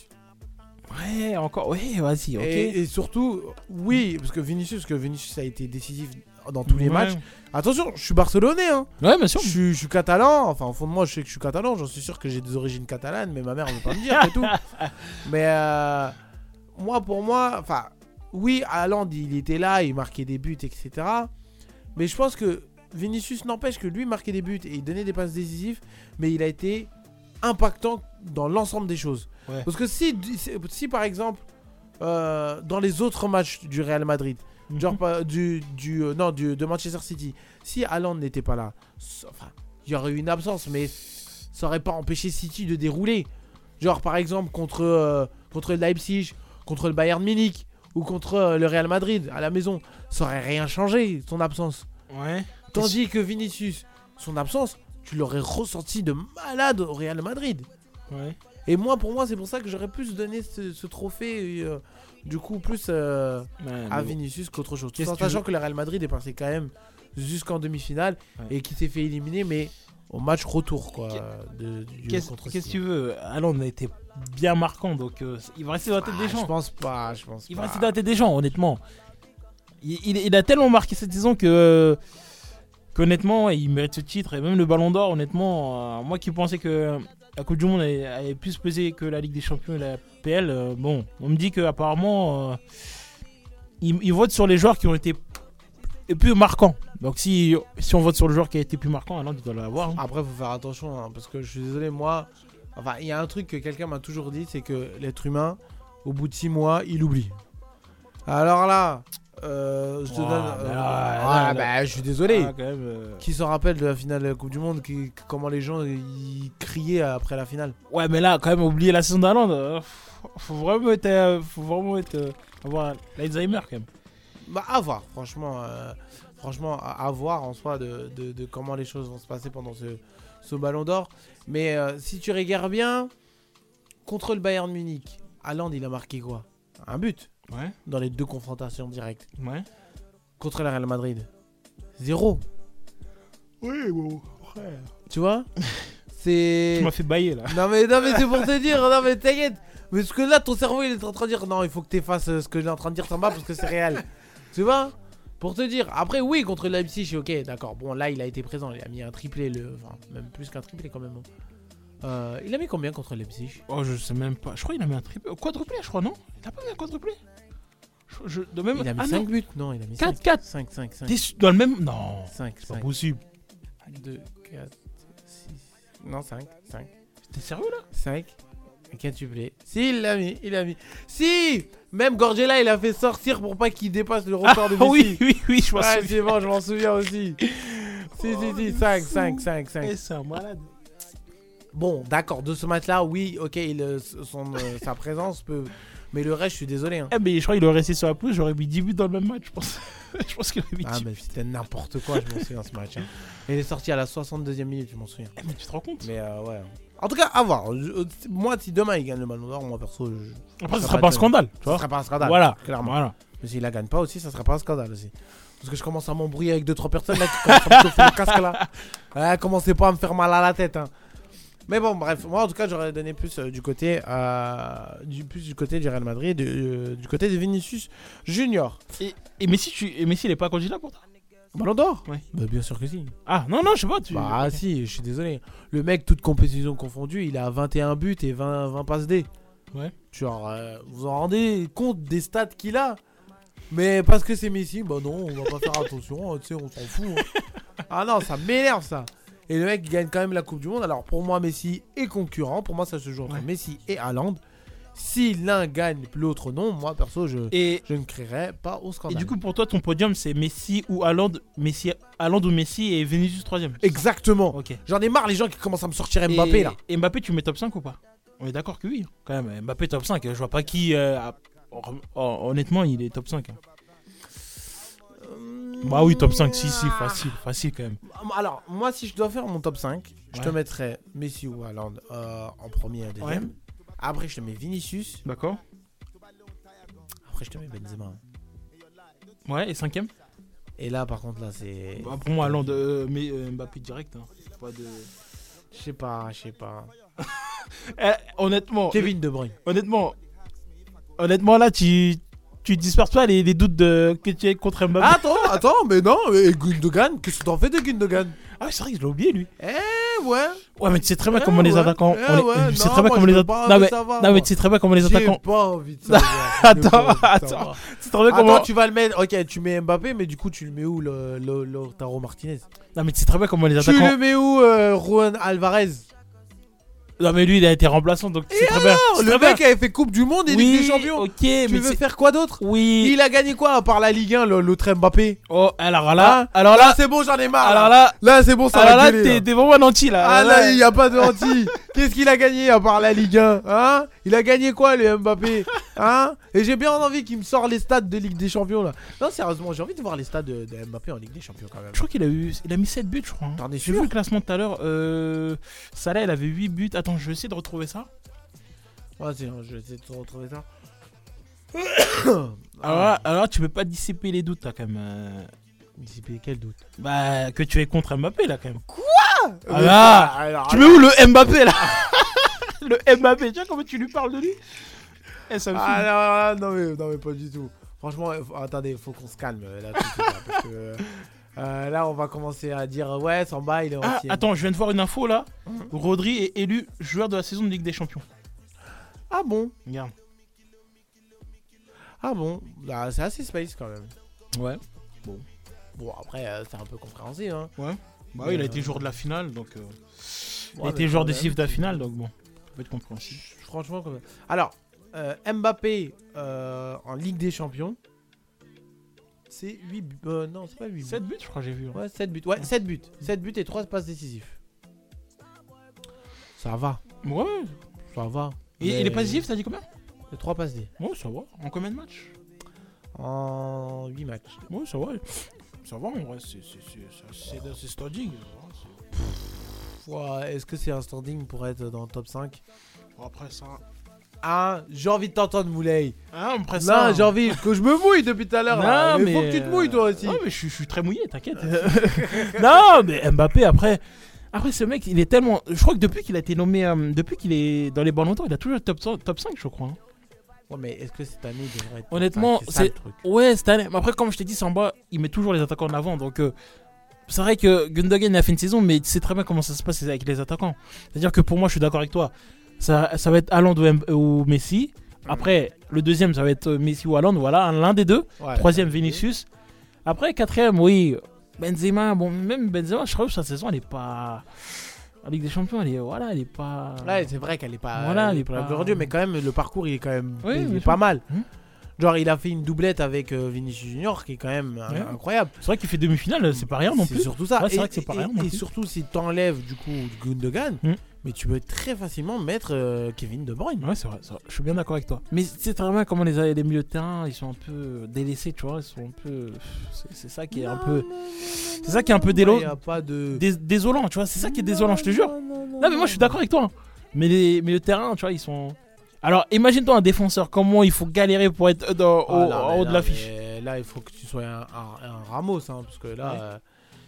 Ouais, encore. Ouais, vas-y, ok. Et, et surtout, oui, parce que Vinicius, parce que Vinicius a été décisif dans tous les Ouais. matchs. Attention, je suis barcelonais, hein. Ouais, bien sûr. Je suis, je suis catalan, enfin au fond de moi je sais que je suis catalan, j'en suis sûr que j'ai des origines catalanes, mais ma mère ne veut pas me dire, c'est tout. Mais euh, moi pour moi, enfin oui, Haaland il était là, il marquait des buts, et cetera. Mais je pense que Vinicius n'empêche que lui marquait des buts et il donnait des passes décisives, mais il a été impactant dans l'ensemble des choses. Ouais. Parce que si, si, si, par exemple euh, dans les autres matchs du Real Madrid, Mhm. genre pas- du, du, euh, non, du, de Manchester City, si Haaland n'était pas là, c- enfin, il y aurait eu une absence, mais ça aurait pas empêché City de dérouler. Genre par exemple contre, euh, contre le Leipzig, contre le Bayern Munich ou contre euh, le Real Madrid à la maison, ça aurait rien changé son absence. Ouais. Tandis que Vinicius, son absence, tu l'aurais ressenti de malade au Real Madrid. Ouais. Et moi, pour moi, c'est pour ça que j'aurais plus donné ce, ce trophée, euh, du coup, plus euh, Ouais, à mais- Vinicius qu'autre chose. Tout Qu'est-ce en que tu sachant veux que le Real Madrid est passé quand même jusqu'en demi-finale Ouais. et qui s'est fait éliminer, mais au match retour, quoi. de- du Qu'est-ce contre qu'est-ce que City. tu veux? Haaland a été bien marquant, donc euh, il va rester dans la tête Ah, des je gens. pense pas, je pense Il pas. va rester dans la tête des gens, honnêtement. Il, il- il a tellement marqué cette saison que qu'honnêtement, il mérite ce titre. Et même le Ballon d'Or, honnêtement, euh, moi qui pensais que la Coupe du Monde avait, avait plus pesé que la Ligue des Champions et la P L, euh, bon, on me dit qu'apparemment, euh, ils, ils votent sur les joueurs qui ont été plus marquants. Donc si, si on vote sur le joueur qui a été plus marquant, alors il doit l'avoir. hein. Après, faut faire attention, hein, parce que je suis désolé, moi. Enfin, il y a un truc que quelqu'un m'a toujours dit, c'est que l'être humain, au bout de six mois, il oublie. Alors là, euh, je te Ouais, donne. bah euh, là, ah, là, là. bah, je suis désolé. Ah, quand même, euh, Qui s'en rappelle de la finale de la Coupe du Monde, qui, comment les gens ils criaient après la finale. Ouais, mais là, quand même, oublier la saison d'Haaland, euh, faut vraiment être, euh, faut vraiment être, euh, avoir l'Alzheimer quand même. Bah, à voir, franchement. euh, franchement, à, à voir en soi de, de, de comment les choses vont se passer pendant ce, ce ballon d'or. Mais euh, si tu regardes bien, contre le Bayern Munich, Haaland, il a marqué quoi? Un but Ouais, dans les deux confrontations directes. ouais. Contre le Real Madrid, zéro. Oui, bon, frère. Tu vois? C'est. Tu m'as fait bailler là. Non mais, non mais c'est pour te dire, non mais t'inquiète. Mais parce que là, ton cerveau, il est en train de dire, non, il faut que tu effaces ce que il est en train de dire Samba parce que c'est réel. Tu vois? Pour te dire. Après, oui, contre le Leipzig, ok, d'accord. Bon, là, il a été présent. Il a mis un triplé, le... enfin, même plus qu'un triplé quand même. hein. Euh, il a mis combien contre le Leipzig? Oh, je sais même pas. Je crois qu'il a mis un triplé. Quadruplé, je crois, non? Il a pas mis un quadruplé? je, je- de même... Il a mis ah, cinq non. buts? Non, il a mis quatre, cinq. quatre. cinq, cinq, cinq. T'es su- dans le même. Non, cinq, c'est pas cinq. possible. deux, quatre, six. Non, cinq, cinq. T'es sérieux là? cinq. Quintuplé. Si, il l'a mis, il l'a mis. Si! Même Gorgela, il a fait sortir pour pas qu'il dépasse le record de Messi. oui, oui, oui, je m'en Ouais, souviens. c'est bon, je m'en souviens aussi. Si, si, si, cinq, cinq, cinq, cinq. Eh, c'est un malade. Bon, d'accord, de ce match-là, oui, ok, il, euh, son, euh, sa présence peut. Mais le reste, je suis désolé. Hein. Eh, mais je crois qu'il aurait resté sur la pelouse, j'aurais mis dix buts dans le même match, je pense. je pense qu'il aurait mis Ah, dix mais buts. c'était n'importe quoi, je m'en souviens, ce match. Hein. Il est sorti à la soixante-deuxième minute, je m'en souviens. Eh, mais tu te rends compte? Mais euh, ouais. En tout cas, à voir. Je- euh, moi, si demain il gagne le Ballon d'Or, moi perso, je. Après, ce ça sera va pas un être- scandale, tu Ça vois. serait pas un scandale. Voilà, clairement. Voilà. Mais s'il la gagne pas aussi, ça serait pas un scandale aussi. Parce que je commence à m'embrouiller avec deux trois personnes là qui commencent à me chauffer le casque là. Ouais, commencez pas à me faire mal à la tête. Hein. Mais bon, bref, moi en tout cas, j'aurais donné plus euh, du côté euh, du plus du côté du Real Madrid, du, euh, du côté de Vinicius Junior. Et, et Messi, tu... et Messi, il est pas candidat pour toi? Ballon d'Or. Ouais. Bah bien sûr que si. Ah, non, non, je sais pas. Tu... Bah Ok. si, je suis désolé. Le mec, toute compétition confondue, il a vingt et un buts et vingt, vingt passes D. Ouais. Genre, euh, vous vous en rendez compte des stats qu'il a? Mais parce que c'est Messi, bah non, on va pas faire attention, hein, tu sais, on s'en fout. hein. Ah non, ça m'énerve ça. Et le mec il gagne quand même la Coupe du Monde. Alors pour moi, Messi est concurrent. Pour moi, ça se joue entre Ouais. Messi et Haaland. Si l'un gagne, l'autre non, moi perso, je, Et, je ne crierai pas au et scandale. du coup, pour toi, ton podium, c'est Messi ou Haaland, Messi, Haaland ou Messi et Vinicius troisième. Exactement. Ok. J'en ai marre les gens qui commencent à me sortir Mbappé et, là. Et Mbappé, tu mets top cinq ou pas? On est d'accord que oui, hein, quand même. Mbappé top cinq, je vois pas qui. euh, a- oh, honnêtement, il est top cinq. hein. Bah oui, top cinq, si, si, facile, facile quand même. Alors, moi, si je dois faire mon top cinq, je te Ouais. mettrais Messi ou Haaland euh, en premier et deuxième. Ouais. Après, je te mets Vinicius. D'accord. Après, je te mets Benzema. Ouais, et cinquième? Et là, par contre, là, c'est. Bah, pour moi, Haaland, euh, mais euh, Mbappé direct. Hein. Pas de... Je sais pas, je sais pas. Eh, honnêtement, Kevin De Bruyne. honnêtement, honnêtement, là, tu, tu disperses pas les, les doutes de, que tu es contre Mbappé. Attends, attends, mais non, mais Gundogan, qu'est-ce que t'en fais de Gundogan? Ah oui, c'est vrai que je l'ai oublié lui. Eh ouais. Ouais, mais tu sais très bien Eh comment les ouais, attaquants. eh on les- ouais, tu sais non, très bien moi, comment je les veux attaquants. pas Non, envie mais, de savoir, non, mais moi. tu sais très bien comment les J'ai attaquants. pas envie de savoir. Attends, J'ai pas envie de attends. savoir. Tu sais très bien comment. Attends, tu vas le mettre. Ok, tu mets Mbappé, mais du coup, tu le mets où, le, le, Lautaro Martinez? Non, mais tu sais très bien comment les Tu attaquants. le mets où, euh, Juan Alvarez? Non, mais lui, il a été remplaçant, donc tu sais Et très bien. alors, tu sais le très mec bien. avait fait Coupe du Monde et Oui, Ligue des Champions. ok, Tu mais veux c'est- faire quoi d'autre? Oui. Il a gagné quoi à part la Ligue un, le- l'autre Mbappé? Oh, alors là. Hein Alors Là, là. c'est bon, j'en ai marre. Alors là, là. Là, c'est bon, ça Alors va là, gueuler, t'es là. t'es vraiment un anti là. Ah là, Ouais. il n'y a pas de anti. Qu'est-ce qu'il a gagné à part la Ligue un, hein? Il a gagné quoi, le Mbappé, hein? Et j'ai bien envie qu'il me sorte les stats de Ligue des Champions là. Non, sérieusement, j'ai envie de voir les stats de, de Mbappé en Ligue des Champions quand même. Je crois qu'il a eu, il a mis sept buts, je crois. hein. T'en es J'ai sûr? vu le classement tout à l'heure. Euh, Salah, il avait huit buts. Attends, je vais essayer de retrouver ça. Vas-y, je vais essayer de te retrouver ça. Alors là, alors là, tu peux pas dissiper les doutes là quand même. euh, Dissiper quel doute? Bah, que tu es contre Mbappé là quand même. Mais là, alors, Tu mets où le Mbappé là? Le Mbappé, tu vois comment tu lui parles de lui? Eh, ça me Ah fume. non, ah, non, mais, non mais pas du tout. Franchement, euh, faut- attendez, faut qu'on se calme euh, là tout de suite, là, parce que euh, là on va commencer à dire ouais, Samba il est Ah, ancien. attends, je viens de voir une info là. Mhm. Rodri est élu joueur de la saison de Ligue des Champions. Ah bon? Regarde. Ah bon? Bah, c'est assez space quand même. Ouais. Bon après euh, c'est un peu compréhensible hein. Bah Mais, oui, il a euh, été joueur de la finale, donc. euh, il a Ouais, été mais joueur quand décisif même, de la c'est- finale, donc bon. Ça peut être compréhensible. Franchement comme alors euh, Mbappé euh, en Ligue des Champions c'est huit buts. Euh, non, c'est pas huit buts. sept buts, je crois, j'ai vu. hein. Ouais, sept buts. Ouais, sept buts. sept buts et trois passes décisifs. Ça va. Ouais. Ça va. Et Mais- il est pas décisif, t'as dit combien? Et trois passes D. Ouais, ça va. En combien de matchs? En huit matchs. Ouais, ça va. Ça va, en vrai, c'est c'est- c'est- c'est- c'est- c'est standing. Ouais, c'est- Ouais, est-ce que c'est un standing pour être dans le top cinq? Bon, après ça. Ah, j'ai envie de t'entendre, Moulay. Ah, après ça. Non, j'ai envie que je me mouille depuis tout à l'heure. là. Non, mais faut que tu te mouilles, toi aussi. Non, mais je, suis- je suis très mouillé, t'inquiète. Non, mais Mbappé, après. Après, ce mec, il est tellement. Je crois que depuis qu'il a été nommé. euh, depuis qu'il est dans les ballons d'or, il a toujours top, cent- top cinq, je crois. hein. Ouais, mais est-ce que cette année il devrait être top Honnêtement, cinq? C'est ça, le c'est- truc. Ouais, cette année. Mais après, comme je t'ai dit, Samba, il met toujours les attaquants en avant. Donc, euh, c'est vrai que Gundogan a fait une saison, mais tu sais très bien comment ça se passe avec les attaquants. C'est-à-dire que pour moi, je suis d'accord avec toi. Ça, ça va être Haaland ou, M- ou Messi. Après, le deuxième, ça va être Messi ou Haaland. Voilà, l'un des deux. Ouais, Troisième, ça, Vinicius. Après, quatrième, oui, Benzema. Bon, même Benzema, je trouve que sa saison, elle est pas. En Ligue des Champions, elle est, voilà, elle est pas. Ouais, c'est vrai qu'elle est pas. Voilà, elle elle est est pas pas- glorieuse, mais quand même, le parcours, il est quand même Oui, il est bien pas sûr. mal. Hum. Genre, il a fait une doublette avec euh, Vinicius Junior qui est quand même euh, Ouais. incroyable. C'est vrai qu'il fait demi-finale, c'est pas rien non C'est plus. surtout ça. Ouais, c'est et, vrai que c'est pas et- rien non et plus. surtout, si t'enlèves du coup Gundogan, Hmm. mais tu peux très facilement mettre euh, Kevin De Bruyne. Ouais, c'est vrai, c'est vrai. Je suis bien d'accord avec toi. Mais c'est très bien comment les, les milieux de terrain, ils sont un peu délaissés, tu vois. Ils sont un peu. C'est c'est ça qui est un peu. C'est ça qui est un peu délo- Il y a pas de. dés- désolant, tu vois. C'est ça qui est désolant, je te jure. Non, mais moi, je suis d'accord avec toi. hein. Mais les milieux de terrain, tu vois, ils sont. Alors, imagine-toi un défenseur, comment il faut galérer pour être dans, Ah, au, non, en mais haut de non, l'affiche. mais Là, il faut que tu sois un, un- un Ramos, hein, parce que là, Ouais. euh,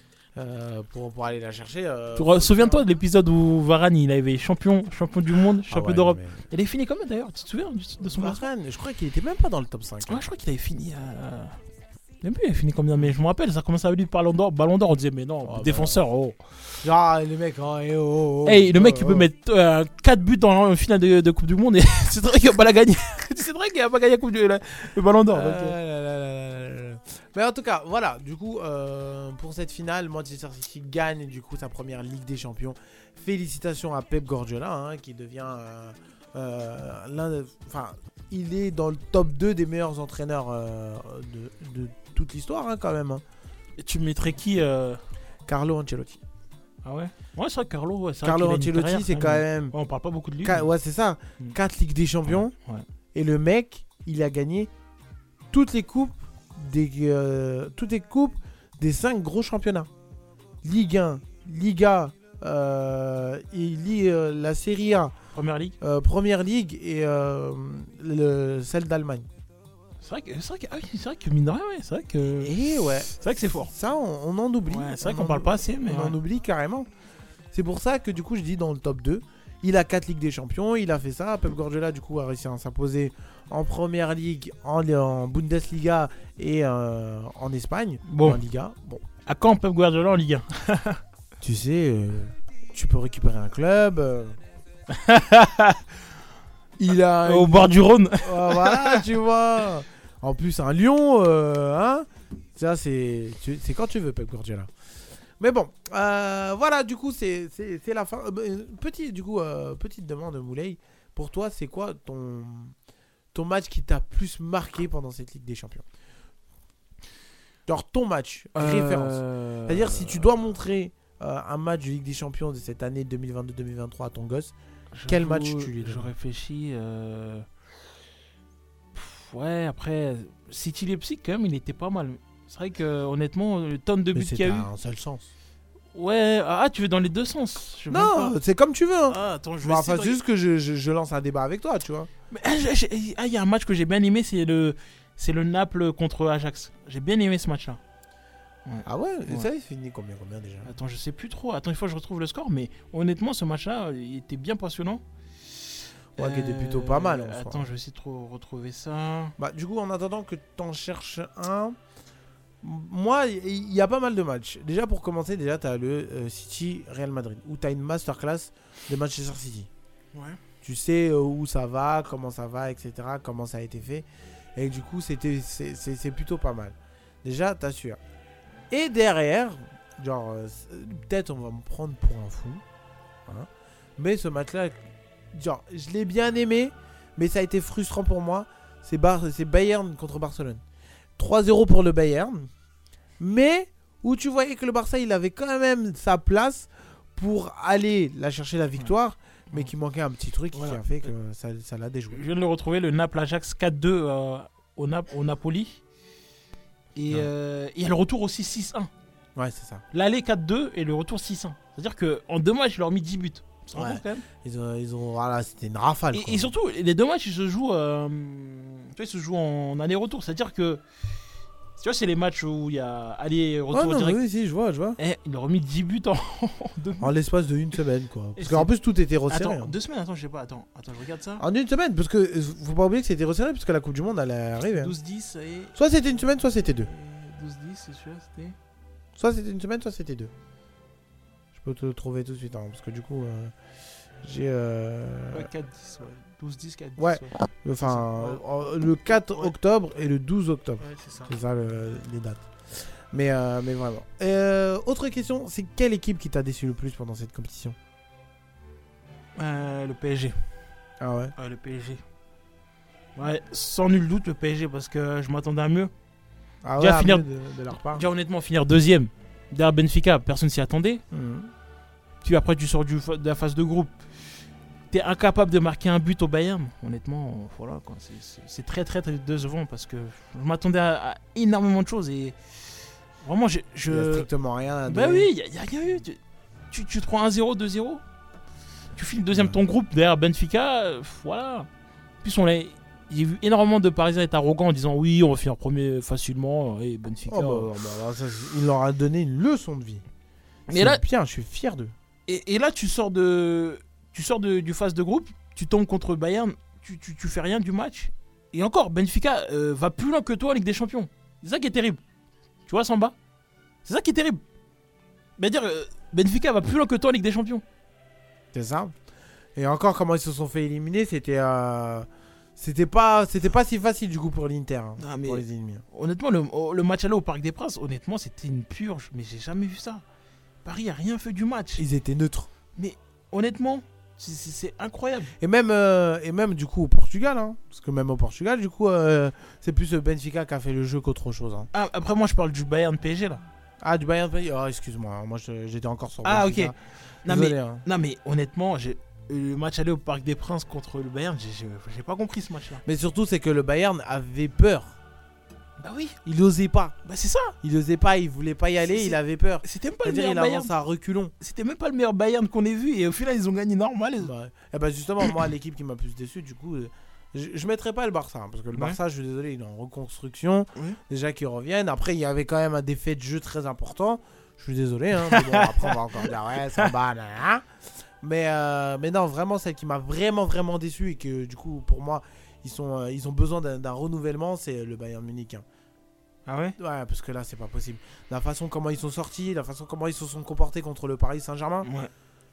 euh, pour, pour aller la chercher. euh, Tu faut re- le Souviens-toi faire. de l'épisode où Varane, il avait champion, champion du monde, Ah champion ouais, d'Europe. mais- Il avait fini comment d'ailleurs? Tu te souviens du- de son classement? Varane, je crois qu'il était même pas dans le top cinq. hein. Ouais, je crois qu'il avait fini à. Je sais plus, il a fini combien, mais je me rappelle, ça commençait à lui Ballon d'Or. Ballon d'Or, on disait, mais non, Oh, bah, défenseur, oh. Genre, les mecs, oh, eh, oh, oh, Hey, le oh, mec, il oh. peut mettre euh, quatre buts dans une finale de, de Coupe du Monde et c'est vrai qu'il va pas la gagner. C'est vrai qu'il va pas gagner la coupe du, la- le Ballon d'Or. Ah donc, là euh. là là là là là. Mais en tout cas, voilà, du coup, euh, pour cette finale, Manchester City gagne du coup sa première Ligue des Champions. Félicitations à Pep Guardiola, hein, qui devient euh, euh, l'un de... Enfin, il est dans le top deux des meilleurs entraîneurs euh, de, de toute l'histoire, hein, quand même. hein. Et tu mettrais qui euh... Carlo Ancelotti. Ah ouais. Ouais, c'est vrai que Carlo, ouais, c'est vrai Carlo qu'il a une Ancelotti, carrière, c'est quand même... Ouais, on parle pas beaucoup de lui. Qua- mais- Ouais, c'est ça. Mm. quatre Ligues des Champions. Ouais. Et le mec, il a gagné toutes les coupes des, euh, toutes les coupes des cinq gros championnats. Ligue un, Liga, euh, et li- euh, la Serie A, Première Ligue. euh, Première Ligue et euh, le, celle d'Allemagne. C'est vrai que, c'est vrai que, ah oui, c'est vrai que mine de rien, ouais, c'est vrai que. Et ouais, C'est vrai que c'est fort. ça on, on en oublie. Ouais, c'est vrai On qu'on en- parle pas assez, mais. On en ouais. oublie carrément. C'est pour ça que du coup je dis dans le top deux. Il a quatre Ligues des Champions, il a fait ça. Pep Guardiola, du coup, a réussi à s'imposer en Première Ligue, en, en Bundesliga et euh, en Espagne. Bon. En Liga. Bon, À quand Pep Guardiola en Ligue un? tu sais, euh, tu peux récupérer un club. euh. Il a. Au bord du Rhône. Oh, voilà, tu vois. En plus, un lion, euh, hein. Ça, c'est, tu- c'est quand tu veux, Pep Guardiola. Mais bon, euh, voilà, du coup, c'est, c'est, c'est la fin. Euh, bah, petit, du coup, euh, petite demande, Moulay. Pour toi, c'est quoi ton, ton match qui t'a plus marqué pendant cette Ligue des Champions? Genre ton match, référence. Euh, C'est-à-dire, si tu dois montrer euh, un match de Ligue des Champions de cette année deux mille vingt-deux deux mille vingt-trois à ton gosse, quel j'avoue, match tu lui Je donnes? réfléchis. euh, pff, Ouais, après, City Leipzig, quand même, il était pas mal. C'est vrai que, honnêtement, le tonne de Mais buts qu'il y c'était a eu. un seul sens. Ouais, ah, tu veux dans les deux sens? Je sais même Non, pas. c'est comme tu veux. Hein. Ah, attends, je vais Bah, essayer enfin, de c'est juste que je, je, je lance un débat avec toi, tu vois. Mais, ah, j'ai- j'ai- ah, il y a un match que j'ai bien aimé, c'est le, c'est le Naples contre Ajax. J'ai bien aimé ce match-là. Ah ouais, et Ouais. ça, il finit combien, combien déjà? Attends, je sais plus trop. Attends, il faut que je retrouve le score, mais honnêtement, ce match-là, il était bien passionnant. Ouais, qui était plutôt pas mal, en soi. Attends, je vais essayer de trop retrouver ça. Bah, du coup, en attendant que t'en cherches un, m- moi, il y, y a pas mal de matchs. Déjà, pour commencer, déjà, t'as le euh, City-Real Madrid, où t'as une masterclass de Manchester City. Ouais. Tu sais euh, où ça va, comment ça va, et cetera, comment ça a été fait. Et du coup, c'était, c'est, c'est, c'est plutôt pas mal. Déjà, t'assures. Et derrière, genre, euh, c- peut-être on va me prendre pour un fou. Hein, mais ce match-là, genre, je l'ai bien aimé, mais ça a été frustrant pour moi. C'est, Bar- c'est Bayern contre Barcelone. trois zéro pour le Bayern. Mais où tu voyais que le Barça, il avait quand même sa place pour aller la chercher la victoire. Mais qui manquait un petit truc Voilà. qui a fait que ça, ça l'a déjoué. Je viens de le retrouver, le Naples-Ajax quatre deux euh, au, Nap- au Napoli. Et Ouais. euh, il y a le retour aussi six un. Ouais, c'est ça. L'aller quatre deux et le retour six un. C'est-à-dire qu'en deux matchs, il leur a mis dix buts. Tu te rends Ouais. compte, quand même. Ils ont, ils ont, voilà, c'était une rafale. Et, quoi. et surtout, les deux matchs, ils se jouent, euh, tu vois, ils se jouent en aller-retour. C'est-à-dire que, tu vois, c'est les matchs où il y a aller-retour Ouais, non, direct. oui, si, je vois, je vois. Eh, il leur a mis dix buts en, en deux En l'espace de une semaine, quoi. Et Parce c'est- qu'en plus, tout était resserré. Attends, hein. deux semaines, attends, je sais pas, attends, attends, je regarde ça. En une semaine, parce que euh, faut pas oublier que c'était resserré, parce que la Coupe du Monde, elle est arrivée. hein. douze dix et. Soit c'était une semaine, soit c'était deux. douze dix, c'est sûr, c'était. Soit c'était une semaine, soit c'était deux. Je peux te le trouver tout de suite, hein, parce que du coup, euh, j'ai. euh, Ouais, quatre dix, ouais. douze dix, quatre dix. Ouais. Ouais, Enfin, Ouais. euh, le quatre Ouais. octobre et le douze octobre. Ouais, c'est ça. C'est ça le- les dates. Mais, euh, mais vraiment. Euh, autre question, c'est quelle équipe qui t'a déçu le plus pendant cette compétition? Euh, le P S G. Ah ouais. Ouais, le P S G. Ouais, sans nul doute, le P S G, parce que je m'attendais à mieux. Ah Déjà, ouais, finir- mieux de, de leur part. Déjà, honnêtement, finir deuxième derrière Benfica, personne s'y attendait. Mhm. Puis après, tu sors du, fa- de la phase de groupe. T'es incapable de marquer un but au Bayern. Honnêtement, euh, voilà, quoi. C'est- C'est c'est très, très, très décevant parce que je m'attendais à, à énormément de choses et vraiment, je. je... Il y a strictement rien à Bah donner. oui, il y, a- y a rien eu. Tu, tu, tu te prends un zéro, deux zéro. Tu files deuxième de ton groupe derrière Benfica. euh, voilà. En plus, on l'a. J'ai vu énormément de Parisiens être arrogants en disant oui, on va finir premier facilement. Et Benfica. Oh, bah, euh, bah, bah, ça, c'est- il leur a donné une leçon de vie. Mais C'est là- bien, je suis fier d'eux. Et, et là, tu sors de, tu sors de, du phase de groupe, tu tombes contre Bayern, tu, tu, tu fais rien du match. Et encore, Benfica euh, va plus loin que toi en Ligue des Champions. C'est ça qui est terrible. Tu vois, Samba? C'est ça qui est terrible. C'est-à-dire, euh, Benfica va plus loin que toi en Ligue des Champions. C'est ça. Et encore, comment ils se sont fait éliminer, c'était. euh, C'était pas, c'était pas si facile du coup pour l'Inter. hein, Ah, mais- Pour les éliminer. Honnêtement, le, oh, le match aller au Parc des Princes, honnêtement, c'était une purge. Mais j'ai jamais vu ça. Paris a rien fait du match. Ils étaient neutres. Honnêtement, c'est- c'est c'est incroyable. Et même, euh, et même du coup au Portugal. Hein, parce que même au Portugal, du coup, euh, c'est plus le Benfica qui a fait le jeu qu'autre chose. hein. Ah, après, moi, je parle du Bayern P S G là. Ah, du Bayern. Oh, excuse-moi. hein, Moi, je- j'étais encore sur Ah, Benfica. ok. Non, Désolé, mais, hein. non, mais honnêtement, j'ai- le match aller au Parc des Princes contre le Bayern, j'ai- j'ai j'ai pas compris ce match-là. Mais surtout, c'est que le Bayern avait peur. Bah oui, Il osait pas. bah c'est ça. Il osait pas. Il voulait pas y aller. C'est- Il avait peur. C'était même pas le C'est-à-dire, meilleur il Bayern. avance à reculons. C'était même pas le meilleur Bayern qu'on ait vu et au final ils ont gagné normal. Ouais. Et bah justement, moi, l'équipe qui m'a plus déçu, du coup, euh, je, je mettrais pas le Barça. hein, parce que le Ouais. Barça, je suis désolé, il est en reconstruction. Ouais. Déjà qu'ils reviennent. Après, il y avait quand même un défait de jeu très important. Je suis désolé. Hein, mais bon, après, on va encore dire, ouais, ça va, nanana. Mais, euh, mais non, vraiment, celle qui m'a vraiment, vraiment déçu et que du coup, pour moi, ils, sont, euh, ils ont besoin d'un, d'un renouvellement, c'est le Bayern Munich. Hein. Ah ouais? Ouais, parce que là, c'est pas possible. La façon comment ils sont sortis, la façon comment ils se sont comportés contre le Paris Saint-Germain. Ouais.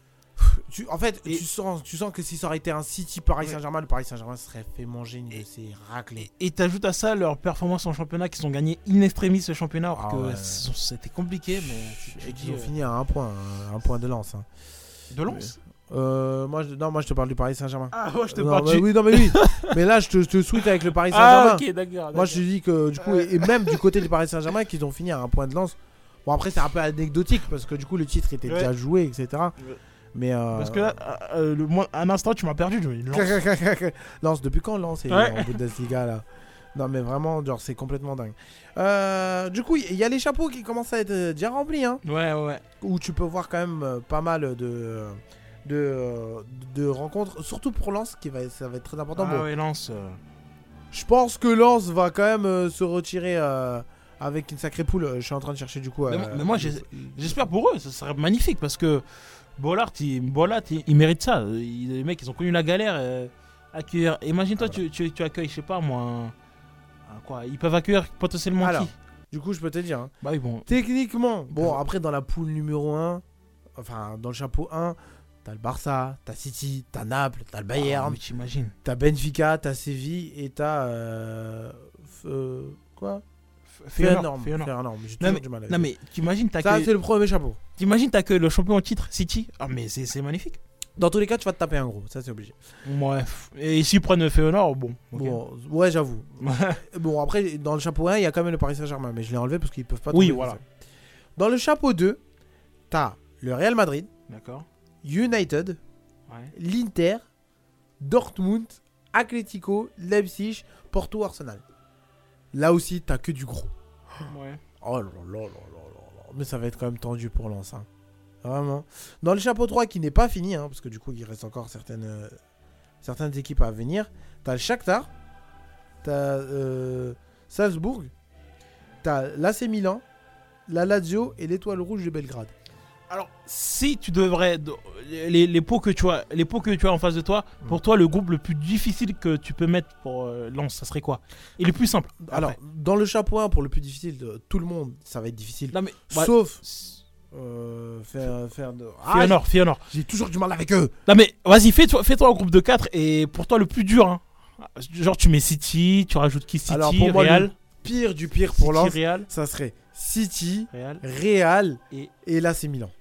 Tu, en fait, Et- tu, sens, tu sens que si ça aurait été un City Paris Ouais. Saint-Germain, le Paris Saint-Germain se serait fait manger une de Et- ces raclées. Et t'ajoutes à ça leurs performances en championnat qui sont gagnées in extremis ce championnat, alors Ah que ouais. c- c'était compliqué, mais tu- tu Et dis, qu'ils ont euh, fini à un point, un, un point de lance. Hein. de Lens. Euh, moi, je, non, moi, je te parle du Paris Saint-Germain. Ah ouais, je te Non, parle bah du- oui, non, mais oui. Mais là, je te, je te switch avec le Paris Ah Saint-Germain. ok, d'accord. Moi, je te dis que du coup, et, et même du côté du Paris Saint-Germain, qu'ils ont fini à un point de lance. Bon, après, c'est un peu anecdotique parce que du coup, le titre était Ouais. déjà joué, et cetera. Ouais. Mais euh... Parce que là, euh, le, moi, un instant, tu m'as perdu. Je... Lens. Lance, depuis quand Lance est Ouais. en Bundesliga là? Non, mais vraiment, genre, c'est complètement dingue. Euh, du coup, il y a les chapeaux qui commencent à être euh, déjà remplis, hein, Ouais, ouais. où tu peux voir quand même euh, pas mal de, de, euh, de rencontres, surtout pour Lens, qui va, ça va être très important. Ah Bon, ouais, Lens. euh, je pense que Lens va quand même euh, se retirer euh, avec une sacrée poule. Je suis en train de chercher du coup. Mais euh, moi- mais moi, j'ai- J'espère pour eux, ça serait magnifique parce que Bollard, il, Bollard, il, il mérite ça. Il- les mecs, ils ont connu la galère. euh, accueillir. Imagine-toi, Ah tu, tu, tu accueilles, je sais pas moi. un- un quoi Ils peuvent accueillir potentiellement Alors, qui? Du coup, je peux te dire. hein. Bah oui, bon. Techniquement, bon, après, dans la poule numéro un, enfin, dans le chapeau un, t'as le Barça, t'as City, t'as Naples, t'as le Ah, Bayern, mais t'imagines. t'as Benfica, t'as Séville et t'as. Euh, f- euh, quoi Feyenoord. Feyenoord. Feyenoord. Feyenoord, mais j'ai Non toujours mais, du mal avec non eux. mais t'imagines Ça, t'accueilles c'est le premier chapeau. t'imagines t'accueilles le champion en titre City. Ah mais c'est c'est magnifique. Dans tous les cas, tu vas te taper un gros, ça c'est obligé. Ouais. Et s'ils prennent le Feyenoord, bon. ok. Bon, ouais, j'avoue. Bon, après, dans le chapeau un, il y a quand même le Paris Saint-Germain, mais je l'ai enlevé parce qu'ils peuvent pas. Oui, tomber voilà. tout seul. Dans le chapeau deux, t'as le Real Madrid, D'accord. United, Ouais. l'Inter, Dortmund, Atlético, Leipzig, Porto, Arsenal. Là aussi, t'as que du gros. Ouais. Oh là là là là là là. Mais ça va être quand même tendu pour Lens. Hein. Vraiment. Dans le chapeau trois qui n'est pas fini, hein, parce que du coup, il reste encore certaines, euh, certaines équipes à venir. T'as le Shakhtar, t'as euh, Salzbourg, t'as l'A C Milan, la Lazio et l'Étoile Rouge de Belgrade. Alors, si tu devrais les, les pots que tu as, les pots que tu as en face de toi, Mm. pour toi le groupe le plus difficile que tu peux mettre pour euh, Lens, ça serait quoi? Et le plus simple. Alors, après. dans le chapeau un, pour le plus difficile de tout le monde, ça va être difficile. Non mais ouais, Sauf euh, faire, faire de. Ah, Feyenoord, Feyenoord. j'ai toujours du mal avec eux. Non mais vas-y, fais-toi fais-toi un groupe de quatre et pour toi le plus dur hein. Genre tu mets City, tu rajoutes qui City, Alors, pour moi, Real, le pire du pire pour City, Lens, Real, ça serait City, Real Real et et l'A C Milan.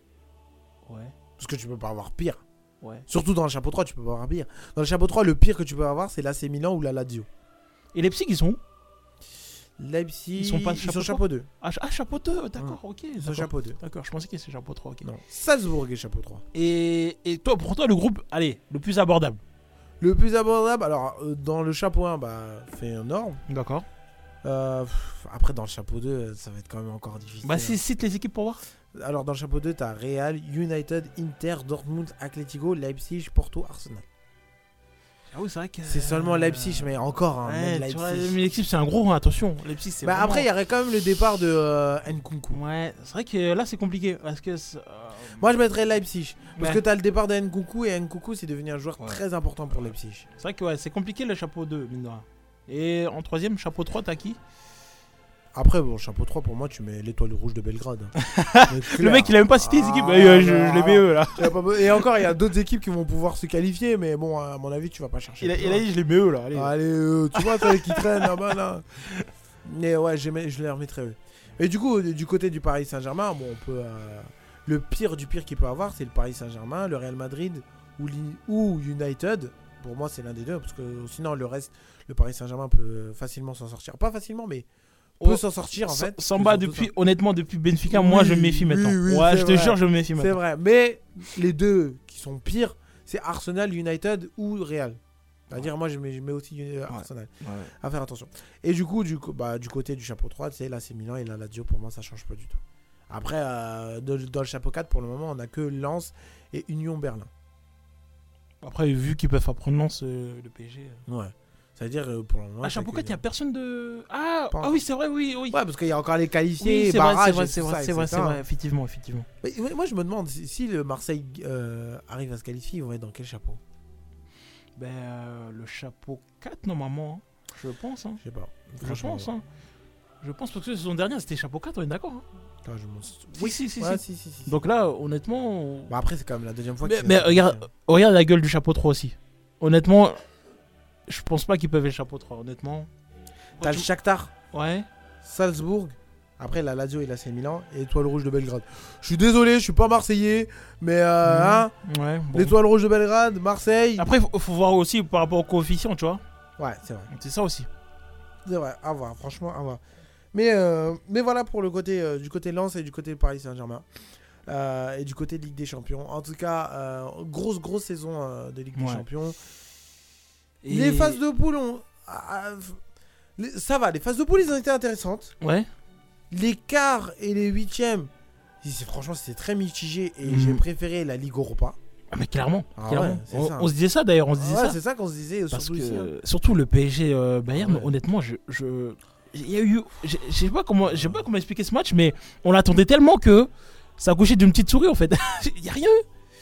ouais, Parce que tu peux pas avoir pire. ouais. Surtout dans le chapeau trois, tu peux pas avoir pire. Dans le chapeau trois, le pire que tu peux avoir, c'est l'A C Milan ou la Lazio. Et les Leipzig ils sont où? Leipzig, Ils sont pas chapeau chapeau deux. Ah, ch- ah, chapeau deux, d'accord, OK. Ils sont D'accord. chapeau deux. D'accord, je pensais que c'était chapeau trois, OK. Non. Salzbourg est chapeau trois. Et, et toi pour toi le groupe, allez, le plus abordable. Le plus abordable, alors euh, dans le chapeau un, bah, Feyenoord. D'accord. Euh, pff, après, dans le chapeau deux, euh, ça va être quand même encore difficile. Bah si, cite les équipes pour voir. Alors, dans le chapeau deux, t'as Real, United, Inter, Dortmund, Atlético, Leipzig, Porto, Arsenal. Ah oui, c'est vrai que C'est seulement Leipzig, mais encore, hein, Ouais, même tu vois, Leipzig. mais Leipzig c'est un gros, hein, attention. Leipzig c'est Bah, vraiment- après, il y aurait quand même le départ de euh, Nkunku. Ouais, c'est vrai que là c'est compliqué parce que c'est, euh, Moi, je mettrais Leipzig. Parce ouais. que t'as le départ de Nkunku et Nkunku, c'est devenu un joueur Ouais. très important pour Leipzig. C'est vrai que ouais, c'est compliqué le chapeau deux, mine de rien. Et en troisième, chapeau trois, t'as qui? Après, bon, chapeau trois, pour moi, tu mets l'étoile rouge de Belgrade. Le mec il a même pas cité les équipes. Ah, Ouais, ouais, je, non, je les mets eux là. Y a pas be- Et encore, il y a d'autres équipes qui vont pouvoir se qualifier, mais bon, à mon avis, tu vas pas chercher. Il a, plus il loin. a dit je les mets eux là. Allez. Allez, euh, tu vois, ceux qui traînent là-bas, là. Mais ouais, je, mets- je les remettrai eux. Et du coup, du côté du Paris Saint-Germain, bon, on peut. euh, le pire du pire qu'il peut avoir, c'est le Paris Saint-Germain, le Real Madrid ou, l'I- ou United. Pour moi, c'est l'un des deux, parce que sinon, le reste, le Paris Saint-Germain peut facilement s'en sortir. Pas facilement, mais peut Oh, s'en sortir en Sa- fait. Samba C'est surtout depuis, ça. honnêtement, depuis Benfica, moi Oui, je me méfie oui, maintenant. oui, ouais, c'est je te vrai. jure, je me méfie C'est maintenant. vrai, mais les deux qui sont pires, c'est Arsenal, United ou Real. C'est-à-dire, moi, je mets, je mets aussi euh, Arsenal. Ouais. À faire attention. Et du coup, du, co- bah, du côté du chapeau trois, c'est là, c'est Milan et la Lazio, pour moi, ça change pas du tout. Après, euh, de- dans le chapeau quatre, pour le moment, on a que Lens et Union Berlin. Après, vu qu'ils peuvent apprendre Lens, euh, le P S G. euh. Ouais. Ça veut dire euh, pour le moment. Ah, chapeau t'as quatre, que- il n'y a personne de. Ah, Pas- ah oui, c'est vrai, oui, oui. Ouais, parce qu'il y a encore les qualifiés, Oui, c'est vrai, barrages, c'est vrai, et c'est tout vrai, ça, c'est vrai, et c'est cetera. vrai, effectivement, effectivement. Mais, ouais, moi, je me demande si, si le Marseille euh, arrive à se qualifier, ils vont être dans quel chapeau? Ben, euh, le chapeau quatre, normalement, hein. Je pense, hein. Je sais pas. Je Franchement, pense, hein. Je pense parce que la saison dernière, c'était chapeau quatre, on est d'accord, hein. attends, je m'en- Oui, si, si, Ouais, si. si, si, si. Donc là, honnêtement. on- Bah après, c'est quand même la deuxième fois Mais, qu'ils- mais regarde, regarde la gueule du chapeau trois aussi. Honnêtement, je pense pas qu'ils peuvent être le chapeau trois, honnêtement. T'as le Shakhtar, Ouais. Salzbourg, après la Lazio et la A C Milan, et l'Étoile Rouge de Belgrade. Je suis désolé, je suis pas marseillais, mais euh, Mhm. hein, Ouais. bon. l'Étoile Rouge de Belgrade, Marseille. Après, faut, faut voir aussi par rapport au coefficient, tu vois. Ouais, c'est vrai. C'est ça aussi. C'est vrai, à voir, franchement, à voir. Mais, euh, mais voilà pour le côté euh, du côté Lens et du côté Paris Saint-Germain. Euh, et du côté Ligue des Champions. En tout cas, euh, grosse, grosse saison euh, de Ligue des Ouais. Champions. Et- Les phases de poule ont. ah, ah, les- ça va, les phases de poule, ils ont été intéressantes. Ouais. Les quarts et les huitièmes, c'est- franchement, c'était très mitigé. Et Mhm. j'ai préféré la Ligue Europa. Ah, mais clairement. Ah clairement. ouais, c'est on, ça. on se disait ça d'ailleurs, on se disait Ouais, ça. c'est ça qu'on se disait, Parce surtout que, ici. hein. surtout le P S G euh, Bayern, Ouais. honnêtement, je. je... Il y a eu. Je je sais pas comment, je sais pas comment expliquer ce match, mais on l'attendait tellement que ça a couché d'une petite souris en fait. Il y a rien eu.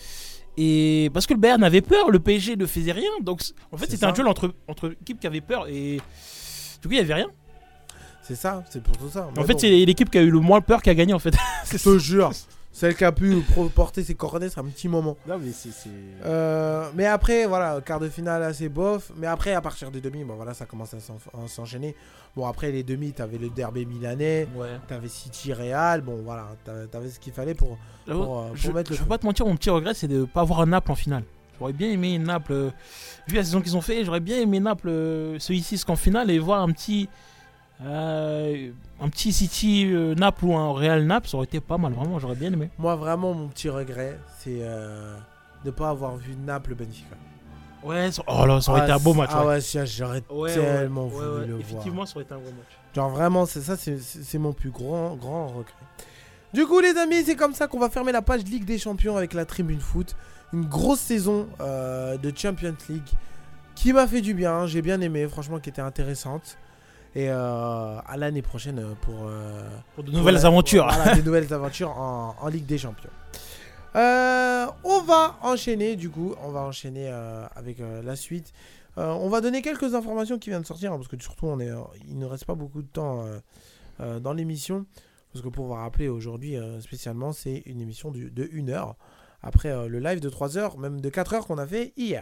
Et parce que le Bayern avait peur, le P S G ne faisait rien. Donc c- en fait, C'est c'était ça. un duel entre, entre équipes qui avaient peur et du coup, il y avait rien. C'est ça, c'est pour tout ça. En Mais fait, bon, c'est l'équipe qui a eu le moins peur qui a gagné en fait. je te jure, celle qui a pu pro- porter ses coordonnées, c'est un petit moment. Non, mais c'est. c'est- Euh, mais après, voilà, quart de finale assez bof. Mais après, à partir des demi, bon, voilà, ça commence à s'en- à s'enchaîner. Bon, après les demi, t'avais le derby milanais, Ouais. t'avais City Real. Bon, voilà, t'avais t'avais ce qu'il fallait pour. Pour, euh, pour je, mettre le je feu. vais pas te mentir, mon petit regret, c'est de ne pas avoir un Naples en finale. J'aurais bien aimé Naples, euh, vu la saison qu'ils ont fait, j'aurais bien aimé Naples euh, se hisser jusqu'en finale et voir un petit, euh, un petit City euh, Naples ou un Real Naples, ça aurait été pas mal, vraiment, j'aurais bien aimé. Moi, vraiment, mon petit regret, c'est euh, de pas avoir vu Naples-Benfica. Ouais, ça, oh là, ça aurait Ah, été un beau match. Ah ouais. ouais, si, j'aurais Ouais, tellement ouais, voulu ouais, ouais. le voir. Effectivement, ça aurait été un gros match. Genre vraiment, c'est ça, c'est c'est- c'est mon plus grand, grand regret. Du coup, les amis, c'est comme ça qu'on va fermer la page Ligue des Champions avec la Tribune Foot. Une grosse saison euh, de Champions League qui m'a fait du bien, j'ai bien aimé, franchement, qui était intéressante. Et euh, à l'année prochaine euh, pour, euh, Pour de pour nouvelles la- aventures. Voilà, des nouvelles aventures en, en Ligue des Champions. Euh, on va enchaîner, du coup, on va enchaîner euh, avec euh, la suite. Euh, on va donner quelques informations qui viennent de sortir, hein, parce que surtout, on est, euh, il ne reste pas beaucoup de temps euh, euh, dans l'émission. Parce que pour vous rappeler, aujourd'hui, euh, spécialement, c'est une émission du- de une heure. Après euh, le live de trois heures, même de quatre heures qu'on a fait hier.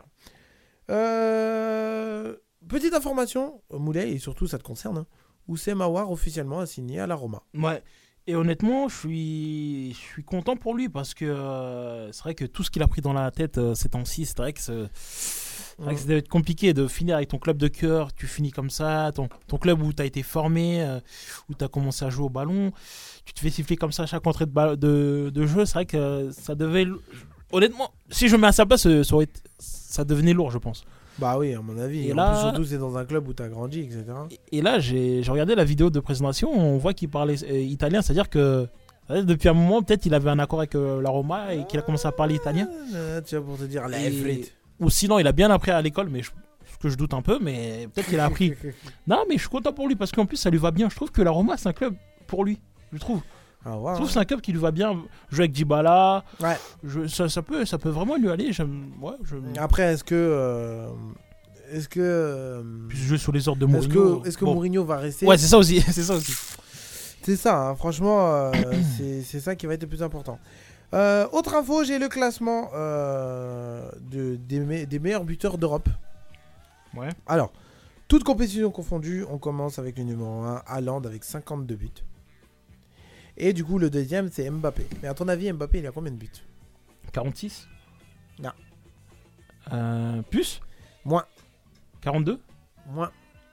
Euh, petite information, Moulay, et surtout ça te concerne, hein, Oussem Aouar officiellement a signé à la Roma. Ouais. Et honnêtement, je suis, je suis content pour lui parce que euh, c'est vrai que tout ce qu'il a pris dans la tête euh, ces temps-ci, c'est vrai que c'est c'est vrai que ça doit être compliqué de finir avec ton club de cœur. Tu finis comme ça, ton, ton club où tu as été formé, euh, où tu as commencé à jouer au ballon. Tu te fais siffler comme ça à chaque entrée de, ba- de, de jeu. C'est vrai que euh, ça devait. Honnêtement, si je me mets à sa place, euh, ça, aurait été- ça devenait lourd, je pense. Bah oui, à mon avis. Et En là- plus, surtout, c'est dans un club où tu as grandi, et cetera. Et, et là, j'ai j'ai regardé la vidéo de présentation. On voit qu'il parlait euh, italien, c'est-à-dire que. c'est-à-dire depuis un moment, peut-être il avait un accord avec euh, la Roma et qu'il a commencé à parler italien. Ah, tu vois, pour te dire, la Et- F huit. Ou sinon, il a bien appris à l'école, mais je, ce que je doute un peu, mais peut-être qu'il a appris. Non, mais je suis content pour lui parce qu'en plus, ça lui va bien. Je trouve que la Roma, c'est un club pour lui. Je trouve. Ah, ouais, Je trouve que hein. c'est un club qui lui va bien. Jouer avec Dybala, Ouais. je, ça, ça, peut, ça peut vraiment lui aller. J'aime, ouais, je, Après, est-ce que. euh, Est-ce que. euh, puis jouer sous les ordres de Est-ce Mourinho. que, est-ce que bon. Mourinho va rester? Ouais, c'est ça aussi. c'est ça aussi. C'est ça, hein, franchement, euh, c'est c'est ça qui va être le plus important. Euh, autre info, j'ai le classement euh, de, des, me- des meilleurs buteurs d'Europe. Ouais. Alors, toutes compétitions confondues, on commence avec le numéro un, Haaland, avec cinquante-deux buts. Et du coup, le deuxième, c'est Mbappé. Mais à ton avis, Mbappé, il a combien de buts? quarante-six Non. Euh, plus Moins. quarante-deux Moins.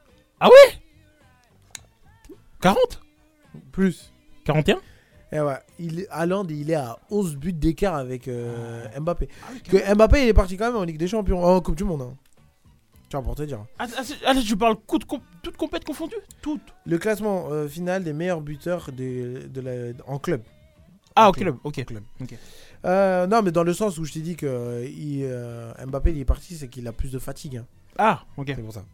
quarante Plus. quarante et un Et ouais, il, Haaland, il est à onze buts d'écart avec euh, Mbappé. ah, oui, Que Mbappé, il est parti quand même en Ligue des Champions, en Coupe du Monde. Hein. Tiens, pour te dire. Ah, ah, c'est- ah, là, tu parles toutes com toute compètes confondues Toutes. Le classement euh, final des meilleurs buteurs de, de la, en club. Ah, Ok. ok, club, ok. Club. Ok. Euh, non, mais dans le sens où je t'ai dit que euh, il, euh, Mbappé il est parti, c'est qu'il a plus de fatigue. hein. Ah, ok. C'est pour ça.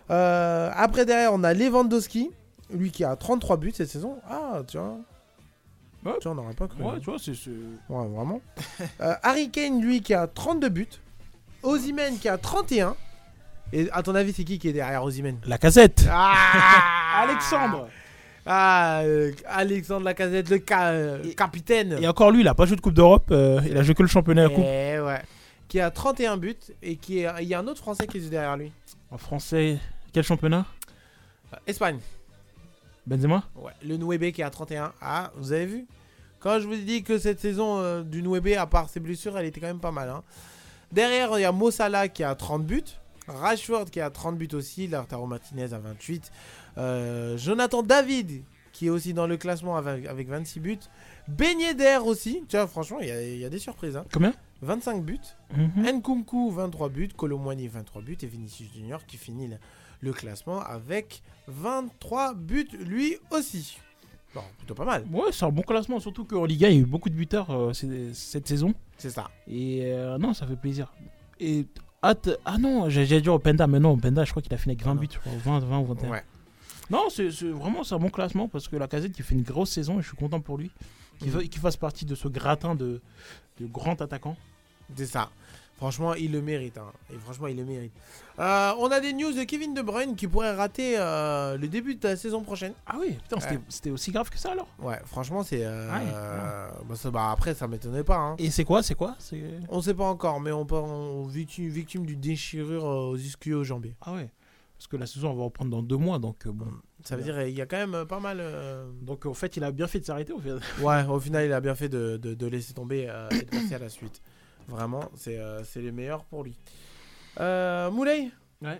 Euh, après, derrière, on a Lewandowski, lui qui a trente-trois buts cette saison. Ah, tiens. Ouais. Tiens, on n'aurait pas cru. Ouais, tu vois, c'est. c'est- Ouais, vraiment. euh, Harry Kane, lui, qui a trente-deux buts. Osimhen, qui a trente et un. Et à ton avis, c'est qui qui est derrière Osimhen? La casette. Ah Alexandre. Ah, euh, Alexandre Lacazette, le ca- euh, Et- capitaine. Et encore lui, il a pas joué de Coupe d'Europe. euh, il a joué que le championnat à coupe. Eh ouais. Qui a trente et un buts. Et qui est... il y a un autre Français qui est derrière lui. En français, quel championnat? Euh, Espagne. Benzema. Ouais. Le Nouébé qui a trente et un. Ah, vous avez vu? Quand je vous ai dit que cette saison euh, du Nouébé, à part ses blessures, elle était quand même pas mal. Hein. Derrière, il y a Mo Salah qui a trente buts. Rashford qui a trente buts aussi. Lautaro Martinez à vingt-huit. Euh, Jonathan David qui est aussi dans le classement avec, avec vingt-six buts. Ben Yedder aussi. Tu vois, franchement, il y, a- il y a des surprises. Hein. Combien? vingt-cinq buts. Mhm. Nkunku, vingt-trois buts. Kolo Muani, vingt-trois buts. Et Vinicius Junior qui finit le, le classement avec vingt-trois buts lui aussi. Bon, plutôt pas mal. Ouais, c'est un bon classement, surtout qu'en Liga, il y a eu beaucoup de buteurs euh, c- cette saison. C'est ça. Et euh, non, ça fait plaisir. Et hâte. Ah non, j'ai j'ai dit Openda, mais non, Openda, je crois qu'il a fini avec vingt Ah non. buts, je crois, vingt, vingt ou vingt et un. Ouais. Non, c'est c'est- vraiment c'est un bon classement parce que la Casette qui fait une grosse saison et je suis content pour lui. Qu'il Mhm. fa- qu'il fasse partie de ce gratin de, de grand attaquant. C'est ça. Franchement, il le mérite. Hein. Et franchement, il le mérite. Euh, on a des news de Kevin De Bruyne qui pourrait rater euh, le début de la saison prochaine. Ah oui, putain, c'était Ouais. c'était aussi grave que ça alors. Ouais, franchement, c'est. euh, Ah oui, euh, bah, ça- bah, après, ça m'étonnait pas. Hein. Et c'est quoi, c'est quoi c'est... On sait pas encore, mais on peut on victime, victime d'une déchirure euh, aux ischio jambiers. Ah ouais. Parce que la saison, on va reprendre dans deux mois, donc euh, bon. Ça veut dire il y a quand même euh, pas mal. euh, Donc en fait, il a bien fait de s'arrêter au final. Ouais, au final, il a bien fait de, de, de laisser tomber euh, et de passer à la suite. Vraiment, c'est euh, c'est les meilleurs pour lui. Euh, Moulay, Ouais.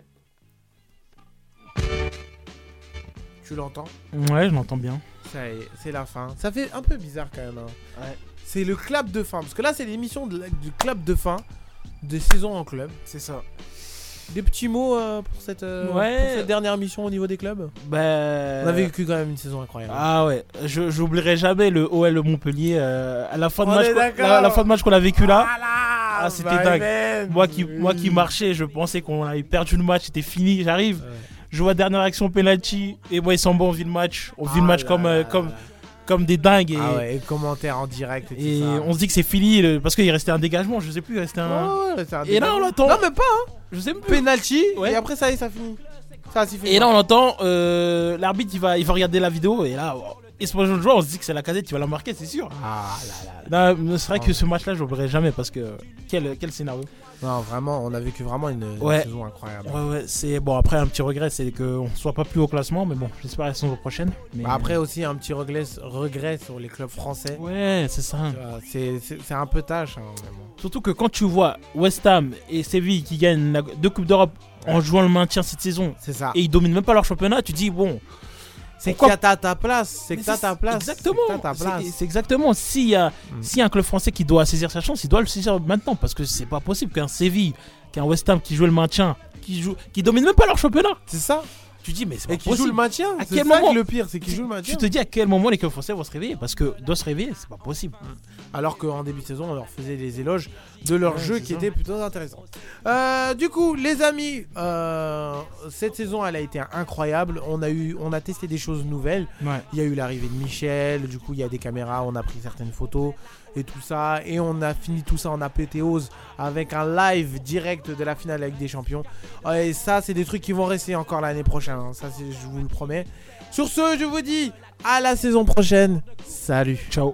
tu l'entends? Ouais, je l'entends bien. Ça y est, c'est la fin. Ça fait un peu bizarre quand même. Hein. Ouais. C'est le clap de fin. Parce que là, c'est l'émission de la- du clap de fin des saisons en club. C'est ça. Des petits mots euh, pour, cette, euh, Ouais. pour cette dernière mission au niveau des clubs. Bah. On a vécu quand même une saison incroyable. Ah ouais, je j'oublierai jamais le O L Montpellier euh, à la fin de On match est qu'on- d'accord. la, la fin de match qu'on a vécu là. Voilà, Ah, c'était my dingue. man. Moi qui moi qui marchais, je pensais qu'on avait perdu le match, c'était fini, j'arrive. Ouais. Je vois dernière action penalty et moi ils sont bons, on vit le match, on vit Ah le match là comme là euh, là comme là. comme des dingues et, Ah ouais, et commentaires en direct et, et tout ça. on se dit que c'est fini le- parce qu'il restait un dégagement, je sais plus, il restait un Oh, ouais, c'est un Et là, on dégât. l'entend. Non, mais pas, hein. je sais même plus. Penalty, Ouais. et après ça y est, ça finit. Ça a sifflé. Et là on entend euh, l'arbitre il va il va regarder la vidéo et là oh, et ce prochain joueur on se dit que c'est la Casette qui va la marquer, c'est sûr. Ah là là là. Non, c'est vrai que ce match-là, je l'oublierai jamais parce que quel, quel scénario. Non, vraiment, on a vécu vraiment une, une Ouais. saison incroyable. Ouais, ouais, c'est bon. Après, un petit regret, c'est qu'on soit pas plus au classement, mais bon, j'espère la saison prochaine. Mais... Bah, après aussi, un petit regret, regret sur les clubs français. ouais, c'est ça. Tu vois, C'est c'est- c'est un peu tâche. Hein, mais bon. Surtout que quand tu vois West Ham et Séville qui gagnent la- deux Coupes d'Europe en jouant le maintien cette saison C'est ça. et ils dominent même pas leur championnat, tu dis bon. C'est que pourquoi- t'as ta place. C'est que Mais t'as ta place. Exactement. C'est que t'as ta place. C'est- C'est exactement. S'il y a, Mm. s'il y a un club français qui doit saisir sa chance, il doit le saisir maintenant parce que c'est pas possible qu'un Séville, qu'un West Ham qui joue le maintien, qui joue, qui domine même pas leur championnat. C'est ça. Tu dis mais c'est pas Et qui possible. joue le maintien. À C'est quel ça moment- que le pire, c'est qu'ils jouent le maintien. Tu te dis à quel moment les clubs français vont se réveiller parce que doit se réveiller, c'est pas possible. Alors qu'en début de saison, on leur faisait des éloges de leur Ouais, jeu c'est qui ça. était plutôt intéressant. Euh, du coup, les amis, euh, cette saison, elle a été incroyable. On a eu, on a testé des choses nouvelles. Ouais. Il y a eu l'arrivée de Michel. Du coup, il y a des caméras. On a pris certaines photos et tout ça. Et on a fini tout ça en apothéose avec un live direct de la finale avec des champions. Et ça, c'est des trucs qui vont rester encore l'année prochaine. hein. Ça, c'est, je vous le promets. Sur ce, je vous dis à la saison prochaine. Salut. Ciao.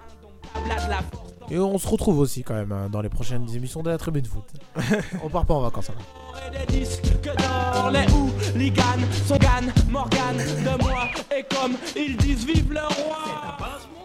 Et on se retrouve aussi quand même hein, dans les prochaines émissions de la Tribune Foot. On part pas en vacances. Hein. Et des disques d'or, les hooligans sont Gann, Morgan de moi. Et comme ils disent vive le roi.